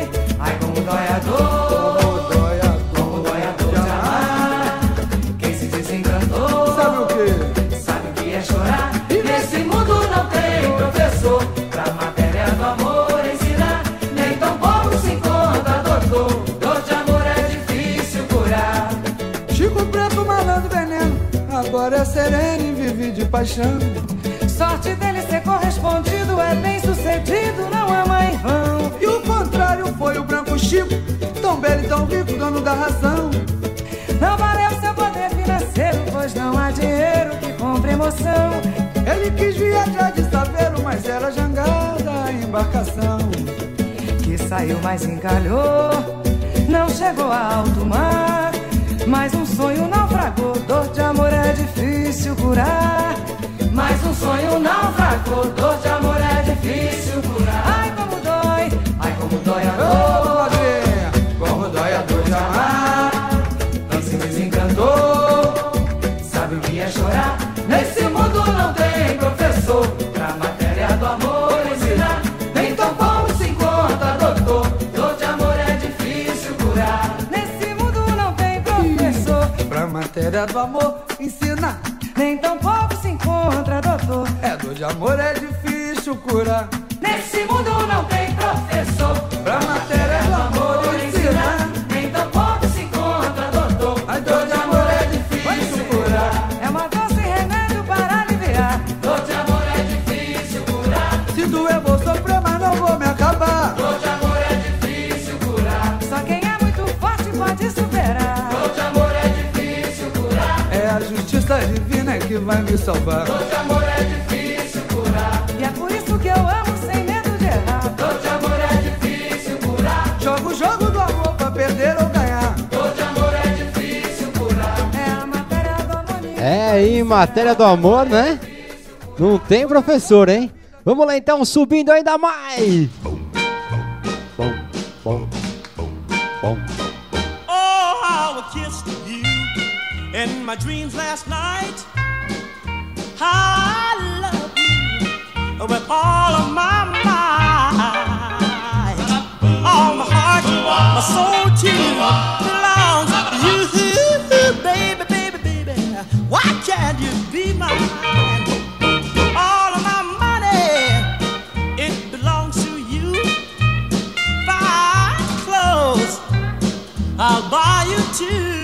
dói a dor. Como dói a dor de amar. Quem se desencantou Sabe o quê? sabe o que é chorar. Nesse mundo não tem professor pra matéria do amor ensinar. Nem tampouco se encontra doutor. Dor de amor é difícil curar. Chico Preto, malandro, veneno, agora é sereno e vive de paixão. Sorte dele ser correspondido, é bem sucedido, não ama em vão. E o contrário foi o branco Chico, tão belo e tão rico, dono da razão. Não valeu seu poder financeiro, pois não há dinheiro que compre emoção. Ele quis viajar de saveiro, mas era jangada a embarcação. Que saiu, mas encalhou, não chegou a alto mar. Mas um sonho naufragou, dor de amor é difícil curar. Mas um sonho naufragou, dor de amor é difícil curar. Ai, como dói a dor. Como dói a dor de amar. Quem se desencantou sabe o que é chorar. Nesse mundo não tem professor pra matéria do amor ensinar. Nem tampouco se encontra doutor. Dor de amor é difícil curar. Nesse mundo não tem professor Pra matéria do amor ensinar. nem tampouco se encontra doutor. Dor de amor é difícil curar. Nesse mundo não tem professor Pra matéria do amor ensinar. ele vai me salvar. Dor de amor é difícil curar. E é por isso que eu amo sem medo de errar. Dor de amor é difícil curar. Jogo o jogo do amor pra perder ou ganhar. Dor de amor é difícil curar. É a matéria do amor. É, em matéria do amor, né? Não tem professor, hein? Vamos lá então, subindo ainda mais. Bom, bom, bom. Oh, how I kissed you in my dreams last night. How I love you with all of my might. All my heart, my soul too belongs to you, baby, baby, baby. Why can't you be mine? All of my money, it belongs to you. Fine clothes, I'll buy you too.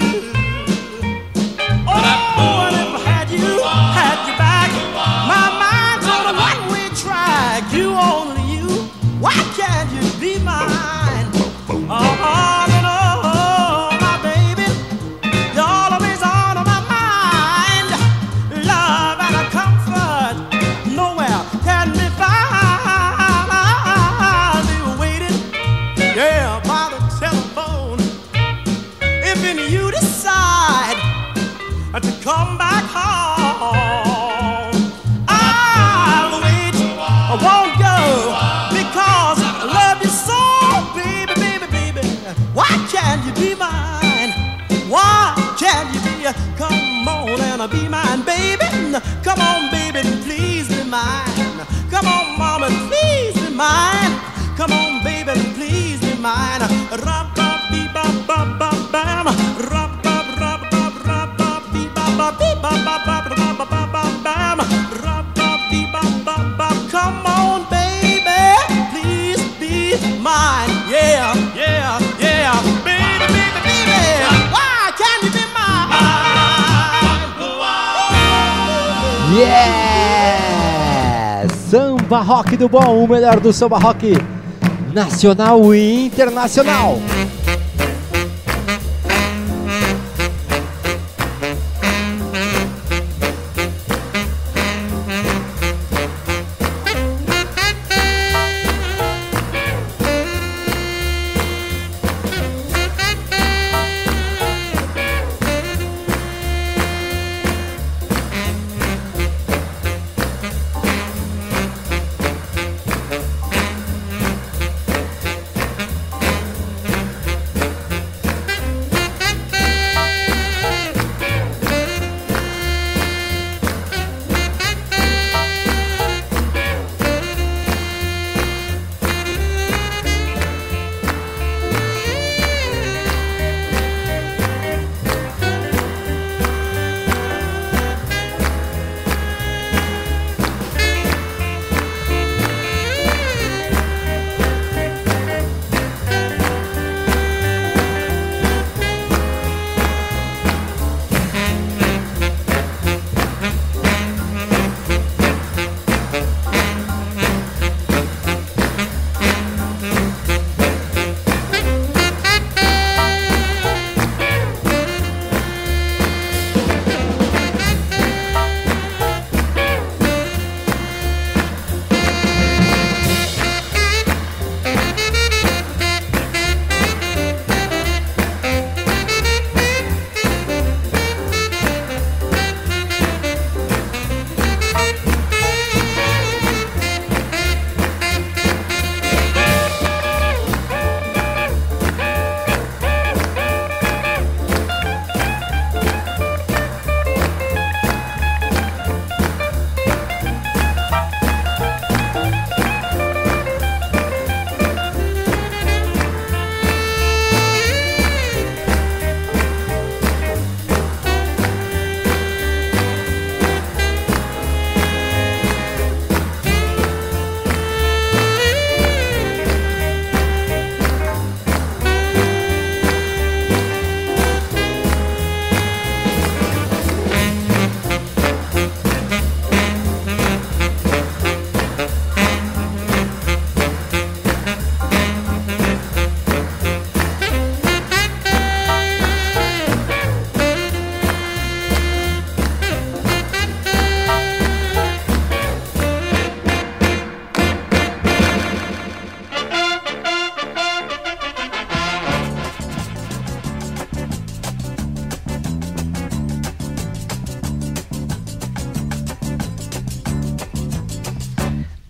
Oh, and if I had you back, my mind's on a one-way track. You, only you, why can't you be mine? Oh, no, my baby, you're always on my mind. Love and a comfort, nowhere can be found. I'll be waiting, yeah, by the telephone. If you decide to come back home, I'll wait, I won't go, because I love you so, baby, baby, baby. Why can't you be mine? Why can't you be? Come on and be mine, baby. Come on, baby, please be mine. Come on, mama, please be mine. Come on, baby, please be mine. Rub, bum, bee, bum, bum, bum, bam. Rub, bum, rub, bum, rub, bum, bee, bum, bum, bee, bum, bum, bum, bum, bum, bum, bam. Rub, bum, bee, bum, bum, bum. Come on, baby, please be mine. Yeah, yeah, yeah, baby, baby, baby. Why can't you be mine? Yeah! Samba Rock do Bom, o melhor do samba rock nacional e internacional.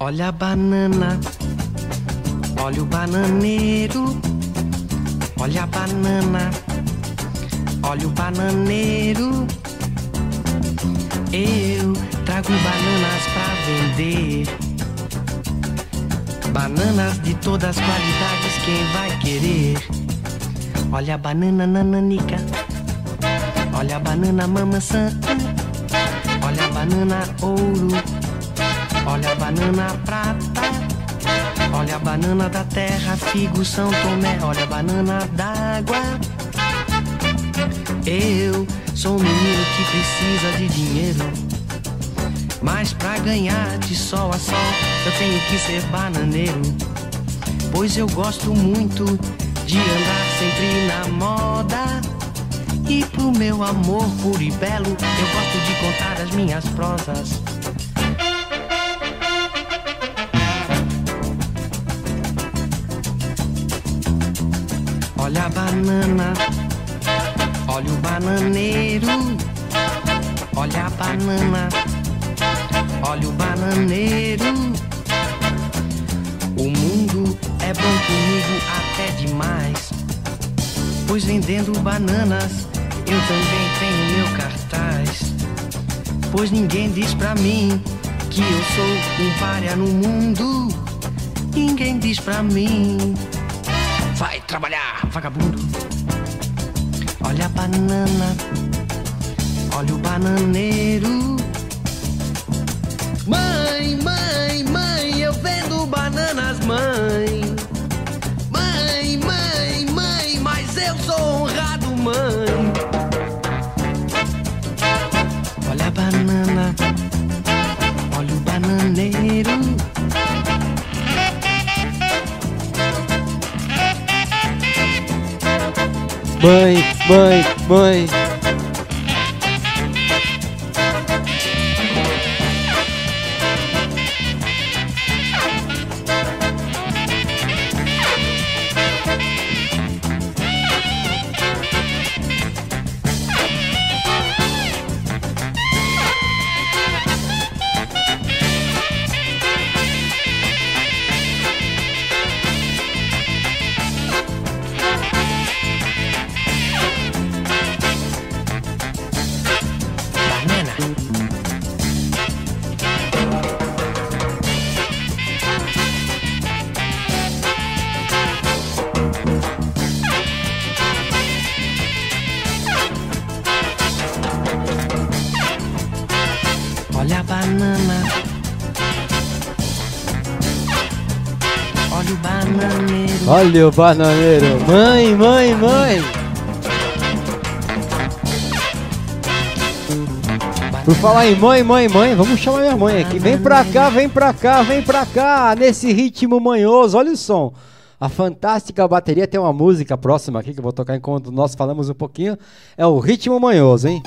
Olha a banana, olha o bananeiro. Olha a banana, olha o bananeiro. Eu trago bananas pra vender. Bananas de todas as qualidades, quem vai querer? Olha a banana nananica, olha a banana mamaçã, olha a banana ouro, olha a banana prata, olha a banana da terra, figo São Tomé, olha a banana d'água. Eu sou um menino que precisa de dinheiro, mas pra ganhar de sol a sol eu tenho que ser bananeiro. Pois eu gosto muito de andar sempre na moda, e pro meu amor puro e belo eu gosto de contar as minhas prosas. Olha a banana, olha o bananeiro. Olha a banana, olha o bananeiro. O mundo é bom comigo até demais, pois vendendo bananas eu também tenho meu cartaz. Pois ninguém diz pra mim que eu sou um pária no mundo. Ninguém diz pra mim, vai trabalhar, vagabundo. Olha a banana, olha o bananeiro. Mãe, mãe, mãe, eu vendo bananas, mãe. Mãe, mãe, mãe, mas eu sou honrado, mãe. Olha a banana, olha o bananeiro. Mãe, mãe, mãe. Olha a banana, olha o bananeiro. Olha o bananeiro. Mãe, mãe, mãe. Por falar em mãe, mãe, mãe, vamos chamar minha mãe aqui. Vem pra cá, vem pra cá, vem pra cá. Nesse ritmo manhoso, olha o som. A fantástica bateria tem uma música próxima aqui que eu vou tocar enquanto nós falamos um pouquinho. É o ritmo manhoso, hein?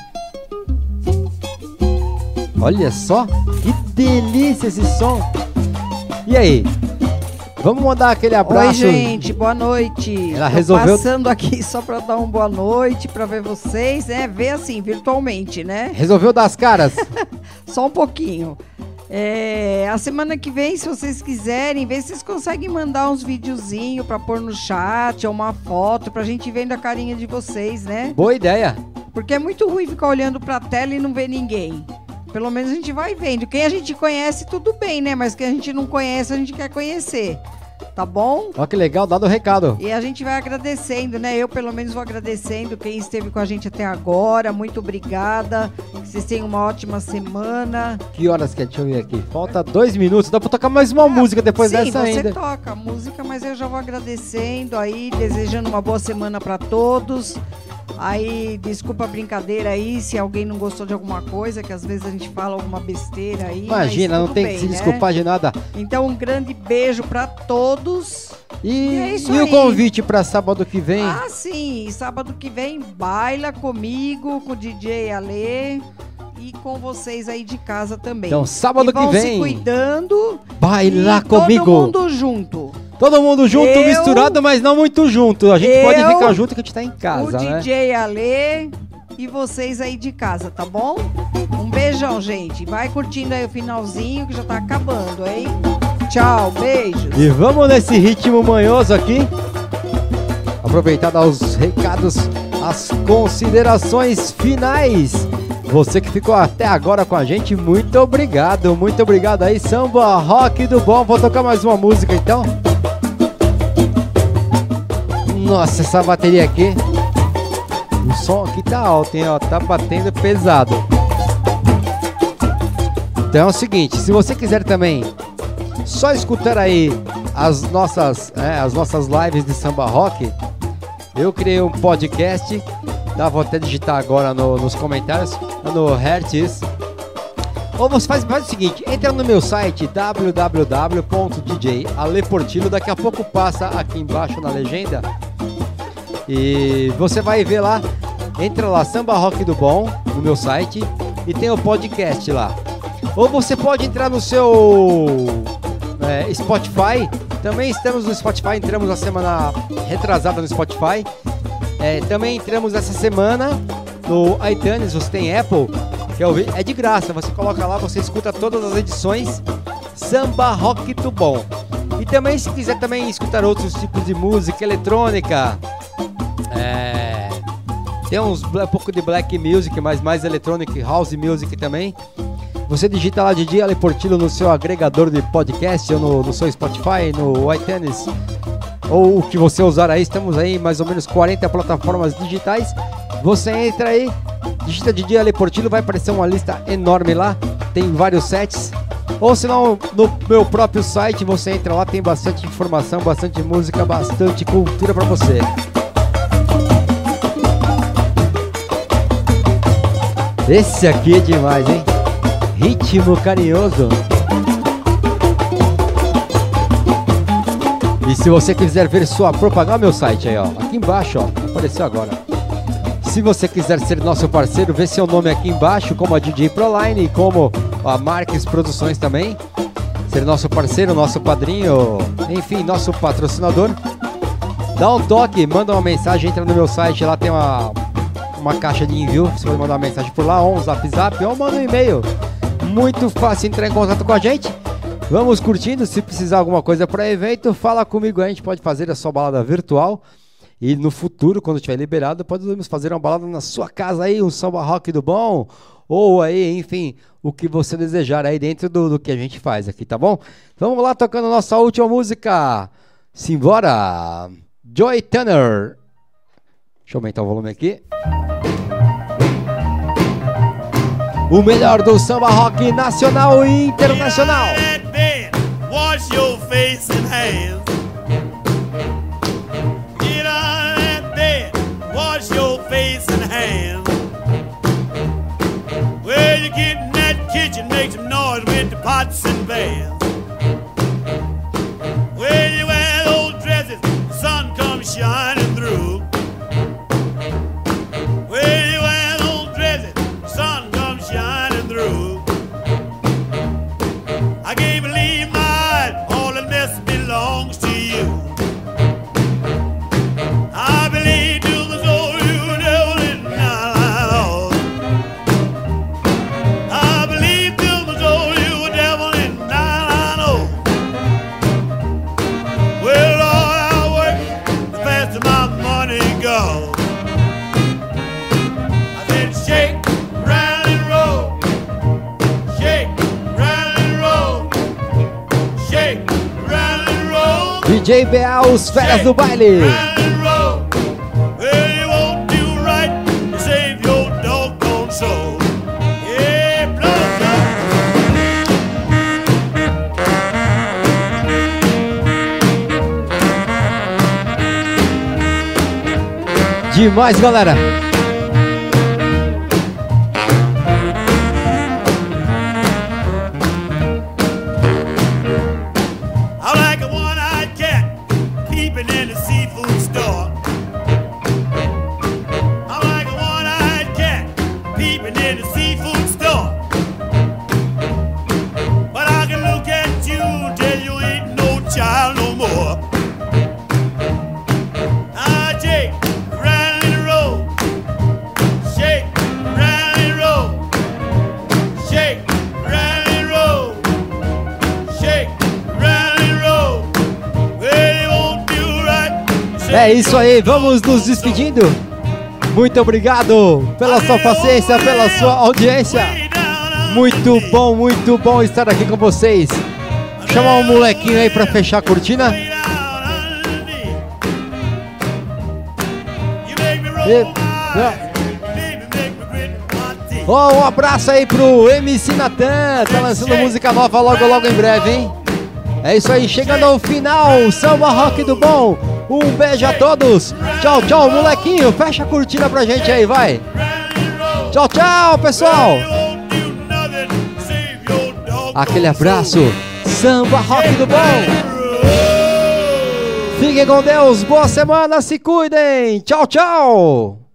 Olha só, que delícia esse som. E aí? Vamos mandar aquele abraço. Oi, gente, boa noite. Ela Tô resolveu passando aqui só pra dar uma boa noite pra ver vocês, né? Ver assim, virtualmente, né? Resolveu dar as caras? Só um pouquinho. A semana que vem, se vocês quiserem, ver se vocês conseguem mandar uns videozinhos pra pôr no chat ou uma foto pra gente vendo a carinha de vocês, né? Boa ideia. Porque é muito ruim ficar olhando pra tela e não ver ninguém. Pelo menos a gente vai vendo. Quem a gente conhece, tudo bem, né? Mas quem a gente não conhece, a gente quer conhecer. Tá bom? Olha que legal, dado o recado. E a gente vai agradecendo, né? Eu, pelo menos, vou agradecendo quem esteve com a gente até agora. Muito obrigada. Que vocês tenham uma ótima semana. Que horas que é? Deixa eu ver aqui. Falta 2 minutos. Dá pra tocar mais uma música depois dessa ainda. Sim, você toca a música, mas eu já vou agradecendo aí, desejando uma boa semana pra todos. Aí, desculpa a brincadeira aí, se alguém não gostou de alguma coisa, que às vezes a gente fala alguma besteira aí. Imagina, não tem que se desculpar de nada. Então, um grande beijo pra todos. E é isso e aí. O convite pra sábado que vem? Ah, sim, sábado que vem, baila comigo, com o DJ Ale e com vocês aí de casa também. Então, sábado que vem. Vão se cuidando. Baila e comigo. Todo mundo junto. Todo mundo junto, misturado, mas não muito junto. A gente pode ficar junto que a gente tá em casa, né? O DJ Ale e vocês aí de casa, tá bom? Um beijão, gente. Vai curtindo aí o finalzinho que já tá acabando, hein? Tchau, beijos. E vamos nesse ritmo manhoso aqui. Aproveitar dar os recados, as considerações finais. Você que ficou até agora com a gente, muito obrigado. Muito obrigado aí, Samba Rock do Bom. Vou tocar mais uma música então. Nossa, essa bateria aqui. O som aqui tá alto, hein? Ó, tá batendo pesado. Então é o seguinte, se você quiser também só escutar aí as nossas lives de samba rock, eu criei um podcast, vou até digitar agora nos comentários, no Hertz. Ou você faz o seguinte, entra no meu site www.djaleportillo, daqui a pouco passa aqui embaixo na legenda e você vai ver lá, entra lá, Samba Rock do Bom, no meu site, e tem o podcast lá. Ou você pode entrar no seu Spotify, também estamos no Spotify, entramos na semana retrasada no Spotify, também entramos essa semana no iTunes, você tem Apple, que é de graça, você coloca lá, você escuta todas as edições Samba Rock do Bom. E também se quiser também escutar outros tipos de música eletrônica, tem um pouco de black music, mas mais eletrônica, house music também. Você digita lá DJ Ale Portillo no seu agregador de podcast ou no seu Spotify, no iTunes, ou o que você usar aí. Estamos aí em mais ou menos 40 plataformas digitais. Você entra aí, digita DJ Ale Portillo, vai aparecer uma lista enorme lá, tem vários sets. Ou se não, no meu próprio site você entra lá, tem bastante informação, bastante música, bastante cultura pra você. Esse aqui é demais, hein? Ritmo carinhoso. E se você quiser ver sua propaganda, meu site aí, ó, aqui embaixo, ó, apareceu agora. Se você quiser ser nosso parceiro, vê seu nome aqui embaixo, como a DJ Proline e como a Marques Produções também. Ser nosso parceiro, nosso padrinho, enfim, nosso patrocinador. Dá um toque, manda uma mensagem, entra no meu site, lá tem uma caixa de envio, você pode mandar uma mensagem por lá, ou um zap ou manda um e-mail. Muito fácil entrar em contato com a gente. Vamos curtindo, se precisar alguma coisa para evento, fala comigo, a gente pode fazer a sua balada virtual. E no futuro, quando estiver liberado, podemos fazer uma balada na sua casa aí, um samba rock do bom, ou aí, enfim, o que você desejar aí dentro do que a gente faz aqui, tá bom? Vamos lá, tocando nossa última música. Simbora! Joy Turner. Deixa eu aumentar o volume aqui. O melhor do samba rock nacional e internacional. Wash your face and hands. Get on that bed, wash your face and hands. Well, you get in that kitchen, make some noise with the pots and pans. Well, you wear those dresses, the sun comes shining through. Well, you wear those dresses, the sun comes shining through. I can't believe my eyes, all that mess belongs to you. I believe to the soul you devil is not at all. I believe to the soul you devil is not at all. Well, Lord, I work the faster my money goes. I said shake, round and roll, shake, round and roll, shake, round and roll. DJ BA, os férias do baile. Well, you won't do right to save your doggone soul. Yeah, Demais, galera. I like a one-eyed cat peeping in the seafood store. I like a one-eyed cat peeping in the seafood store. But I can look at you till you ain't no child no more. I take round and roll, É isso aí, vamos nos despedindo. Muito obrigado pela sua paciência, pela sua audiência. Muito bom estar aqui com vocês. Chamar um molequinho aí pra fechar a cortina. Um abraço aí pro MC Natan, tá lançando música nova logo em breve, hein? É isso aí, chegando ao final, Samba Rock do Bom. Um beijo a todos. Tchau, molequinho, fecha a cortina pra gente aí, vai. Tchau, pessoal. Aquele abraço, Samba Rock do Bom. Fiquem com Deus, boa semana, se cuidem. Tchau.